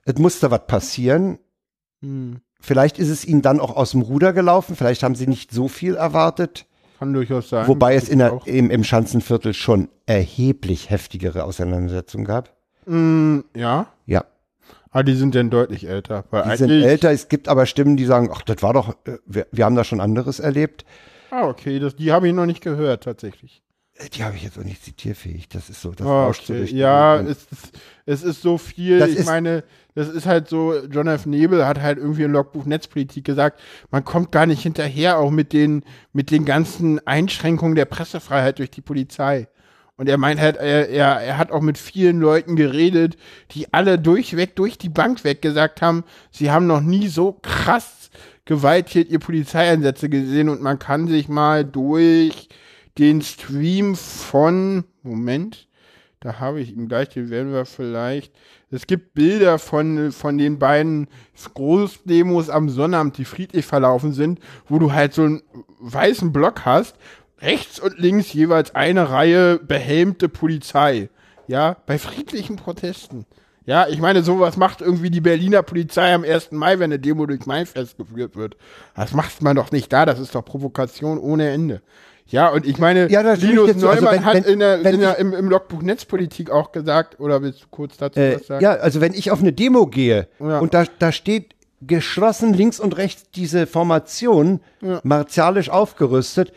es musste was passieren. Vielleicht ist es ihnen dann auch aus dem Ruder gelaufen. Vielleicht haben sie nicht so viel erwartet. Kann durchaus sein. Wobei es im Schanzenviertel schon erheblich heftigere Auseinandersetzungen gab. Ja. Ja. Aber die sind dann deutlich älter. Die sind älter. Es gibt aber Stimmen, die sagen, ach, das war doch, wir haben da schon anderes erlebt. Ah, okay. Die habe ich noch nicht gehört, tatsächlich. Die habe ich jetzt auch nicht zitierfähig. Das ist so, das okay. Ja, es ist so viel. Ich meine, das ist halt so, John F. Nebel hat halt irgendwie im Logbuch Netzpolitik gesagt, man kommt gar nicht hinterher, auch mit den ganzen Einschränkungen der Pressefreiheit durch die Polizei. Und er meint halt, er hat auch mit vielen Leuten geredet, die alle durchweg, durch die Bank weg gesagt haben, sie haben noch nie so krass gewalttätige Polizeieinsätze gesehen und man kann sich mal durch den Stream von, Moment, da habe ich ihm gleich, den werden wir vielleicht, es gibt Bilder von den beiden Großdemos am Sonnabend, die friedlich verlaufen sind, wo du halt so einen weißen Block hast, rechts und links jeweils eine Reihe behelmte Polizei, ja, bei friedlichen Protesten. Ja, ich meine, sowas macht irgendwie die Berliner Polizei am 1. Mai, wenn eine Demo durch Mainfest geführt wird. Das macht man doch nicht da, das ist doch Provokation ohne Ende. Ja, und ich meine, Linus Neumann hat im Logbuch Netzpolitik auch gesagt, oder willst du kurz dazu was sagen? Ja, also wenn ich auf eine Demo gehe und da steht geschlossen links und rechts diese Formation, martialisch aufgerüstet,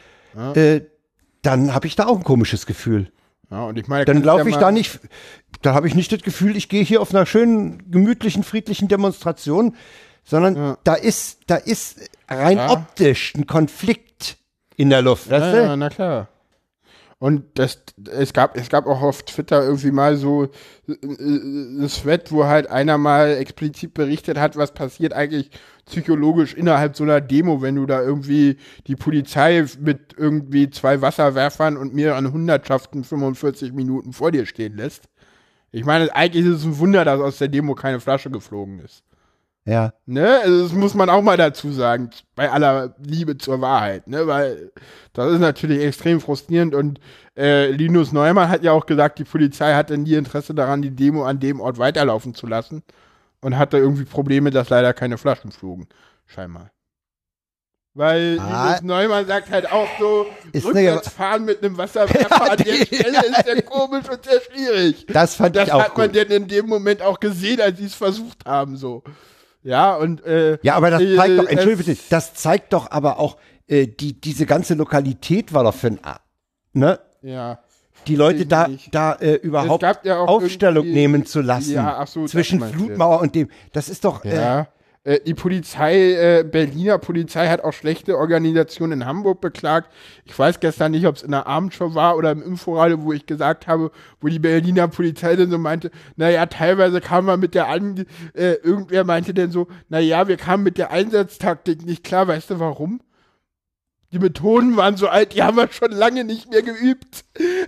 dann habe ich da auch ein komisches Gefühl. Ja, und ich meine, dann laufe ich da nicht, da habe ich nicht das Gefühl, ich gehe hier auf einer schönen, gemütlichen, friedlichen Demonstration, sondern da ist rein optisch ein Konflikt in der Luft. Ja, na klar. Und es gab auch auf Twitter irgendwie mal so ein Thread, wo halt einer mal explizit berichtet hat, was passiert eigentlich psychologisch innerhalb so einer Demo, wenn du da irgendwie die Polizei mit irgendwie 2 Wasserwerfern und mehreren Hundertschaften 45 Minuten vor dir stehen lässt. Ich meine, eigentlich ist es ein Wunder, dass aus der Demo keine Flasche geflogen ist. Ja. Ne, also das muss man auch mal dazu sagen, bei aller Liebe zur Wahrheit, ne, weil das ist natürlich extrem frustrierend und Linus Neumann hat ja auch gesagt, die Polizei hatte nie Interesse daran, die Demo an dem Ort weiterlaufen zu lassen und hatte irgendwie Probleme, dass leider keine Flaschen flogen, scheinbar. Weil Linus Neumann sagt halt auch so, rückwärts fahren mit einem Wasserwerfer an der Stelle ist sehr komisch und sehr schwierig. Das fand ich auch Das hat man denn in dem Moment auch gesehen, als sie es versucht haben, so. Ja, und ja, aber das zeigt doch, entschuldige bitte, das zeigt doch aber auch, diese ganze Lokalität war doch für ne? Ja. Die Leute da überhaupt ja Aufstellung nehmen zu lassen. Ja, ach so, zwischen Flutmauer und dem. Das ist doch. Ja. Die Polizei, Berliner Polizei hat auch schlechte Organisation in Hamburg beklagt. Ich weiß gestern nicht, ob es in der Abendshow war oder im Inforadio, wo ich gesagt habe, wo die Berliner Polizei dann so meinte, naja, teilweise kam man mit der irgendwer meinte dann so, naja, wir kamen mit der Einsatztaktik nicht klar, weißt du warum? Die Methoden waren so alt, die haben wir schon lange nicht mehr geübt.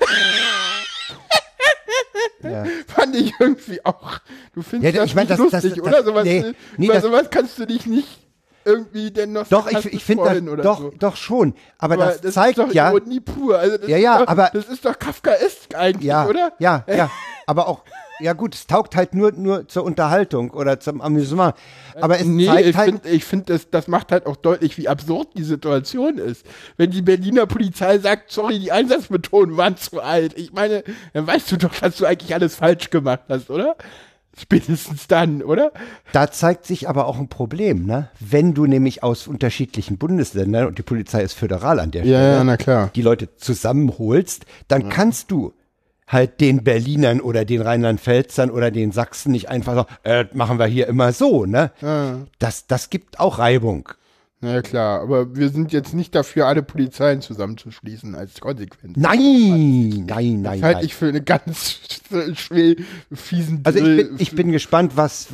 Ja. Fand ich irgendwie auch. Du findest das nicht lustig, oder? Sowas, sowas kannst du dich nicht irgendwie denn noch doch, ich finde das doch, so. Doch schon. Aber das zeigt ist doch ja. Ironie pur. Also das aber das ist doch Kafkaesk eigentlich, oder? Ja. Aber auch. Ja gut, es taugt halt nur zur Unterhaltung oder zum Amüsement. Aber es zeigt halt... Ich finde, das macht halt auch deutlich, wie absurd die Situation ist. Wenn die Berliner Polizei sagt, sorry, die Einsatzmethoden waren zu alt. Ich meine, dann weißt du doch, dass du eigentlich alles falsch gemacht hast, oder? Spätestens dann, oder? Da zeigt sich aber auch ein Problem, ne? Wenn du nämlich aus unterschiedlichen Bundesländern, und die Polizei ist föderal an der Stelle, ja, na klar, die Leute zusammenholst, dann kannst du halt den Berlinern oder den Rheinland-Pfälzern oder den Sachsen nicht einfach so, machen wir hier immer so, ne? Ja. Das gibt auch Reibung. Na ja, klar, aber wir sind jetzt nicht dafür, alle Polizeien zusammenzuschließen als Konsequenz. Nein. Das halte ich für eine ganz schwer fiesen Also ich bin gespannt, was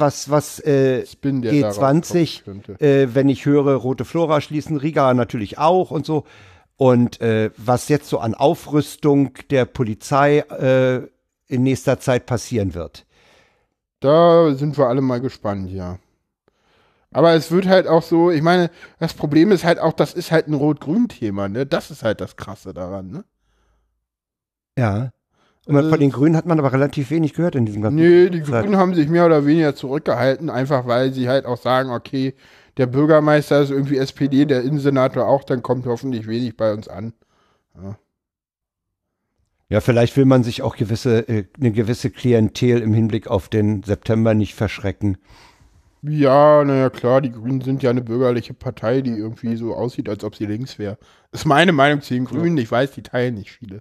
G20, wenn ich höre, Rote Flora schließen, Riga natürlich auch und so. Und was jetzt so an Aufrüstung der Polizei in nächster Zeit passieren wird. Da sind wir alle mal gespannt, ja. Aber es wird halt auch so, ich meine, das Problem ist halt auch, das ist halt ein Rot-Grün-Thema, ne? Das ist halt das Krasse daran, ne? Ja. Von den Grünen hat man aber relativ wenig gehört in diesem ganzen Nee, die Grünen haben sich mehr oder weniger zurückgehalten, einfach weil sie halt auch sagen, okay, der Bürgermeister ist irgendwie SPD, der Innensenator auch, dann kommt hoffentlich wenig bei uns an. Ja. Ja, vielleicht will man sich auch eine gewisse Klientel im Hinblick auf den September nicht verschrecken. Ja, naja, klar, die Grünen sind ja eine bürgerliche Partei, die irgendwie so aussieht, als ob sie links wäre. Das ist meine Meinung zu den Grünen. Ich weiß, die teilen nicht viele.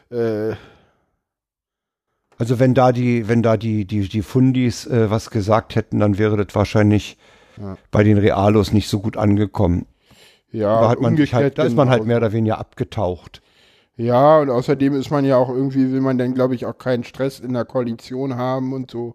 Also wenn da die Fundis was gesagt hätten, dann wäre das wahrscheinlich bei den Realos nicht so gut angekommen. Ja, da ist man halt mehr oder weniger abgetaucht. Ja, und außerdem ist man ja auch irgendwie, will man dann, glaube ich, auch keinen Stress in der Koalition haben und so.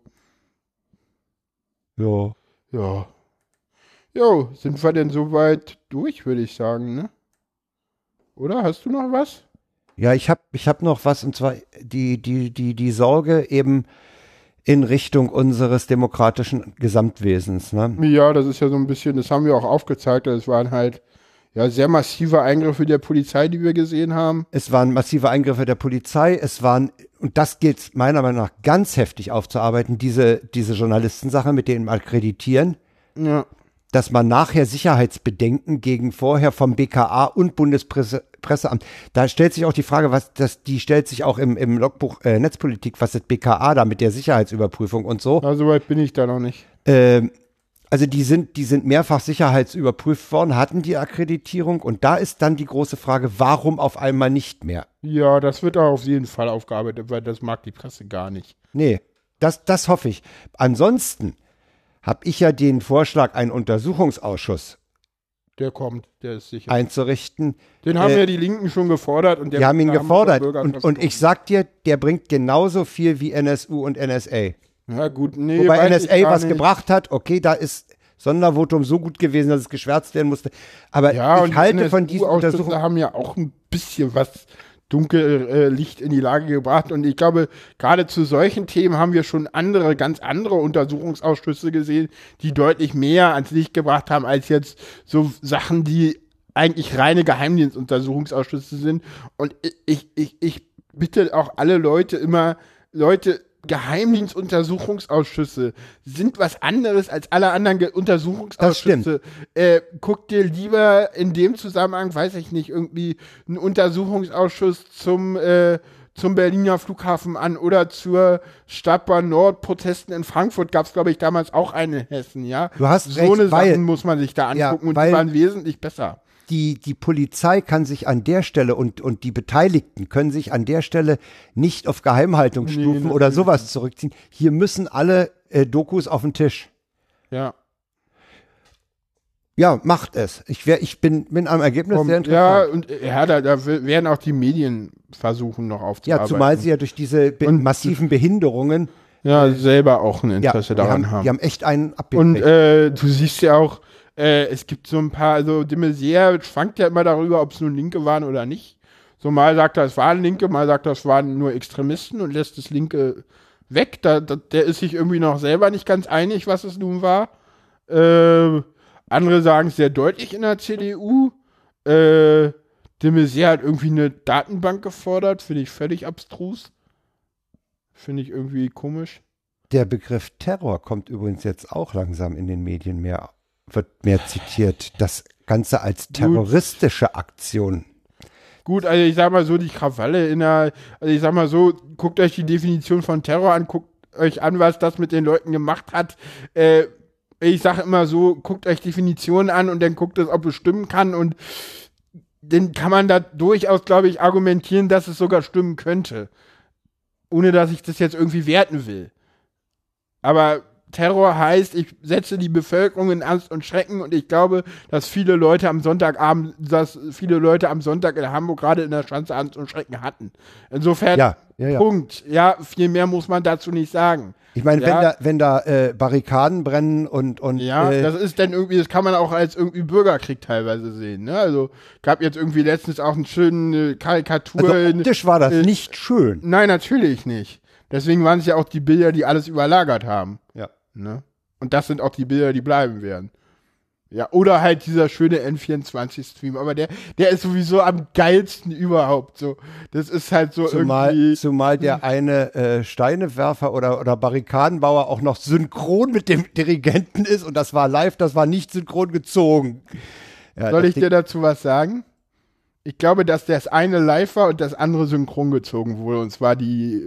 Ja. Ja. Jo, sind wir denn soweit durch, würde ich sagen, ne? Oder? Hast du noch was? Ja, ich hab noch was, und zwar die Sorge eben in Richtung unseres demokratischen Gesamtwesens, ne? Ja, das ist ja so ein bisschen, das haben wir auch aufgezeigt, das waren halt ja sehr massive Eingriffe der Polizei, die wir gesehen haben. Es waren massive Eingriffe der Polizei, und das gilt meiner Meinung nach ganz heftig aufzuarbeiten, diese Journalistensache mit dem Akkreditieren. Ja. Dass man nachher Sicherheitsbedenken gegen vorher vom BKA und Bundespresseamt, da stellt sich auch die Frage, die stellt sich auch im Logbuch Netzpolitik, was das BKA da mit der Sicherheitsüberprüfung und so. Ja, soweit bin ich da noch nicht. Also die sind mehrfach sicherheitsüberprüft worden, hatten die Akkreditierung, und da ist dann die große Frage, warum auf einmal nicht mehr? Ja, das wird auch auf jeden Fall aufgearbeitet, weil das mag die Presse gar nicht. Nee, das hoffe ich. Ansonsten habe ich ja den Vorschlag, einen Untersuchungsausschuss der ist sicher einzurichten. Den haben ja die Linken schon gefordert. Und die haben ihn gefordert. Und ich sag dir, der bringt genauso viel wie NSU und NSA. Ja, gut, nee. Wobei NSA was gebracht hat, okay, da ist Sondervotum so gut gewesen, dass es geschwärzt werden musste. Aber ja, ich halte von diesen Untersuchungen. haben ja auch ein bisschen was dunkel Licht in die Lage gebracht. Und ich glaube, gerade zu solchen Themen haben wir schon ganz andere Untersuchungsausschüsse gesehen, die deutlich mehr ans Licht gebracht haben, als jetzt so Sachen, die eigentlich reine Geheimdienstuntersuchungsausschüsse sind. Und ich bitte auch alle Leute, Geheimdienstuntersuchungsausschüsse sind was anderes als alle anderen Untersuchungsausschüsse. Guck dir lieber in dem Zusammenhang, weiß ich nicht, irgendwie einen Untersuchungsausschuss zum Berliner Flughafen an oder zur Stadtbahn Nord-Protesten in Frankfurt gab es, glaube ich, damals auch einen in Hessen, ja. Du hast so eine Sachen muss man sich da angucken, und die waren wesentlich besser. Die Polizei kann sich an der Stelle und die Beteiligten können sich an der Stelle nicht auf Geheimhaltungsstufen oder sowas zurückziehen. Hier müssen alle Dokus auf den Tisch. Ja. Ja, macht es. Ich bin am Ergebnis sehr interessant. Da werden auch die Medien versuchen, noch aufzuarbeiten. Ja, zumal sie ja durch diese massiven Behinderungen selber auch ein Interesse daran haben. Die haben echt einen abgekriegt. Und du siehst ja auch, es gibt so ein paar, also de Maizière schwankt ja immer darüber, ob es nun Linke waren oder nicht. So mal sagt er, es waren Linke, mal sagt er, es waren nur Extremisten und lässt das Linke weg. Der ist sich irgendwie noch selber nicht ganz einig, was es nun war. Andere sagen es sehr deutlich in der CDU. De Maizière hat irgendwie eine Datenbank gefordert, finde ich völlig abstrus. Finde ich irgendwie komisch. Der Begriff Terror kommt übrigens jetzt auch langsam in den Medien wird mehr zitiert. Das Ganze als terroristische Aktion. Gut, also ich sag mal so, die Krawalle guckt euch die Definition von Terror an, guckt euch an, was das mit den Leuten gemacht hat. Ich sage immer so, guckt euch Definitionen an und dann guckt es, ob es stimmen kann, und dann kann man da durchaus, glaube ich, argumentieren, dass es sogar stimmen könnte. Ohne, dass ich das jetzt irgendwie werten will. Aber Terror heißt, ich setze die Bevölkerung in Angst und Schrecken, und ich glaube, dass viele Leute am Sonntag in Hamburg gerade in der Schanze Angst und Schrecken hatten. Insofern, Punkt. Ja, viel mehr muss man dazu nicht sagen. Ich meine, wenn da Barrikaden brennen und das ist dann irgendwie, das kann man auch als irgendwie Bürgerkrieg teilweise sehen, ne? Also gab jetzt irgendwie letztens auch einen schönen Karikatur. Also optisch war das nicht schön. Nein, natürlich nicht. Deswegen waren es ja auch die Bilder, die alles überlagert haben. Ja. Ne? Und das sind auch die Bilder, die bleiben werden. Ja, oder halt dieser schöne N24-Stream, aber der ist sowieso am geilsten überhaupt. So, das ist halt so irgendwie. Zumal der eine Steinewerfer oder Barrikadenbauer auch noch synchron mit dem Dirigenten ist und das war live, das war nicht synchron gezogen. Ja, soll ich dir dazu was sagen? Ich glaube, dass das eine live war und das andere synchron gezogen wurde. Und zwar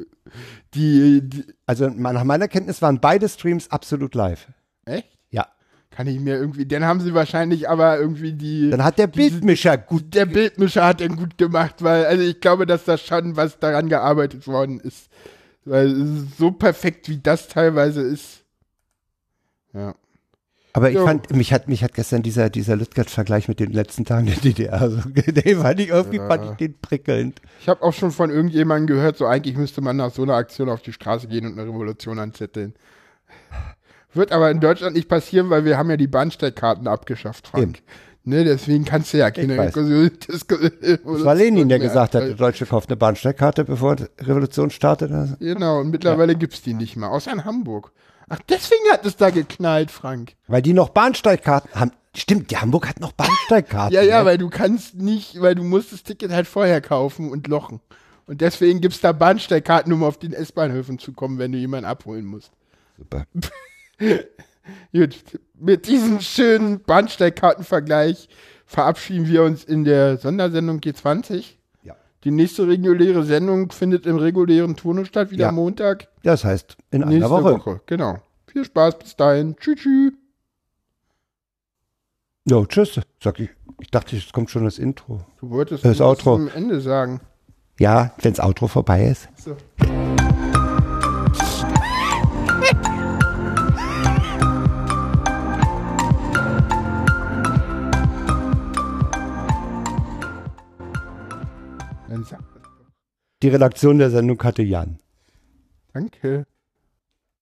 also nach meiner Kenntnis waren beide Streams absolut live. Echt? Ja. Kann ich mir irgendwie, dann haben sie wahrscheinlich aber irgendwie Dann hat der Bildmischer gut. Der Bildmischer hat den gut gemacht, weil, also ich glaube, dass da schon was daran gearbeitet worden ist. Weil so perfekt wie das teilweise ist. Ja. Aber ich fand, mich hat gestern dieser Lüttgert-Vergleich mit den letzten Tagen der DDR, so, den fand ich irgendwie prickelnd. Ich habe auch schon von irgendjemandem gehört, so eigentlich müsste man nach so einer Aktion auf die Straße gehen und eine Revolution anzetteln. Wird aber in Deutschland nicht passieren, weil wir haben ja die Bahnsteigkarten abgeschafft, Frank. Ne, deswegen kannst du ja keine Diskussion. Das war Lenin, der gesagt hat, der Deutsche kauft eine Bahnsteigkarte, bevor die Revolution startet. Also. Genau, und mittlerweile gibt's die nicht mehr, außer in Hamburg. Ach, deswegen hat es da geknallt, Frank. Weil die noch Bahnsteigkarten haben. Stimmt, die Hamburg hat noch Bahnsteigkarten. Ja, ne? Weil du kannst nicht, weil du musst das Ticket halt vorher kaufen und lochen. Und deswegen gibt's da Bahnsteigkarten, um auf den S-Bahnhöfen zu kommen, wenn du jemanden abholen musst. Super. Gut, mit diesem schönen Bahnsteigkartenvergleich verabschieden wir uns in der Sondersendung G20. Ja. Die nächste reguläre Sendung findet im regulären Turnus statt, wieder Montag. Das heißt, in einer nächste Woche. Genau. Viel Spaß, bis dahin. Tschüss, tschüss. Jo, tschüss, sag ich. Ich dachte, es kommt schon das Intro. Du wolltest das Outro am Ende sagen. Ja, wenn das Outro vorbei ist. So. Die Redaktion der Sendung hatte Jan. Danke.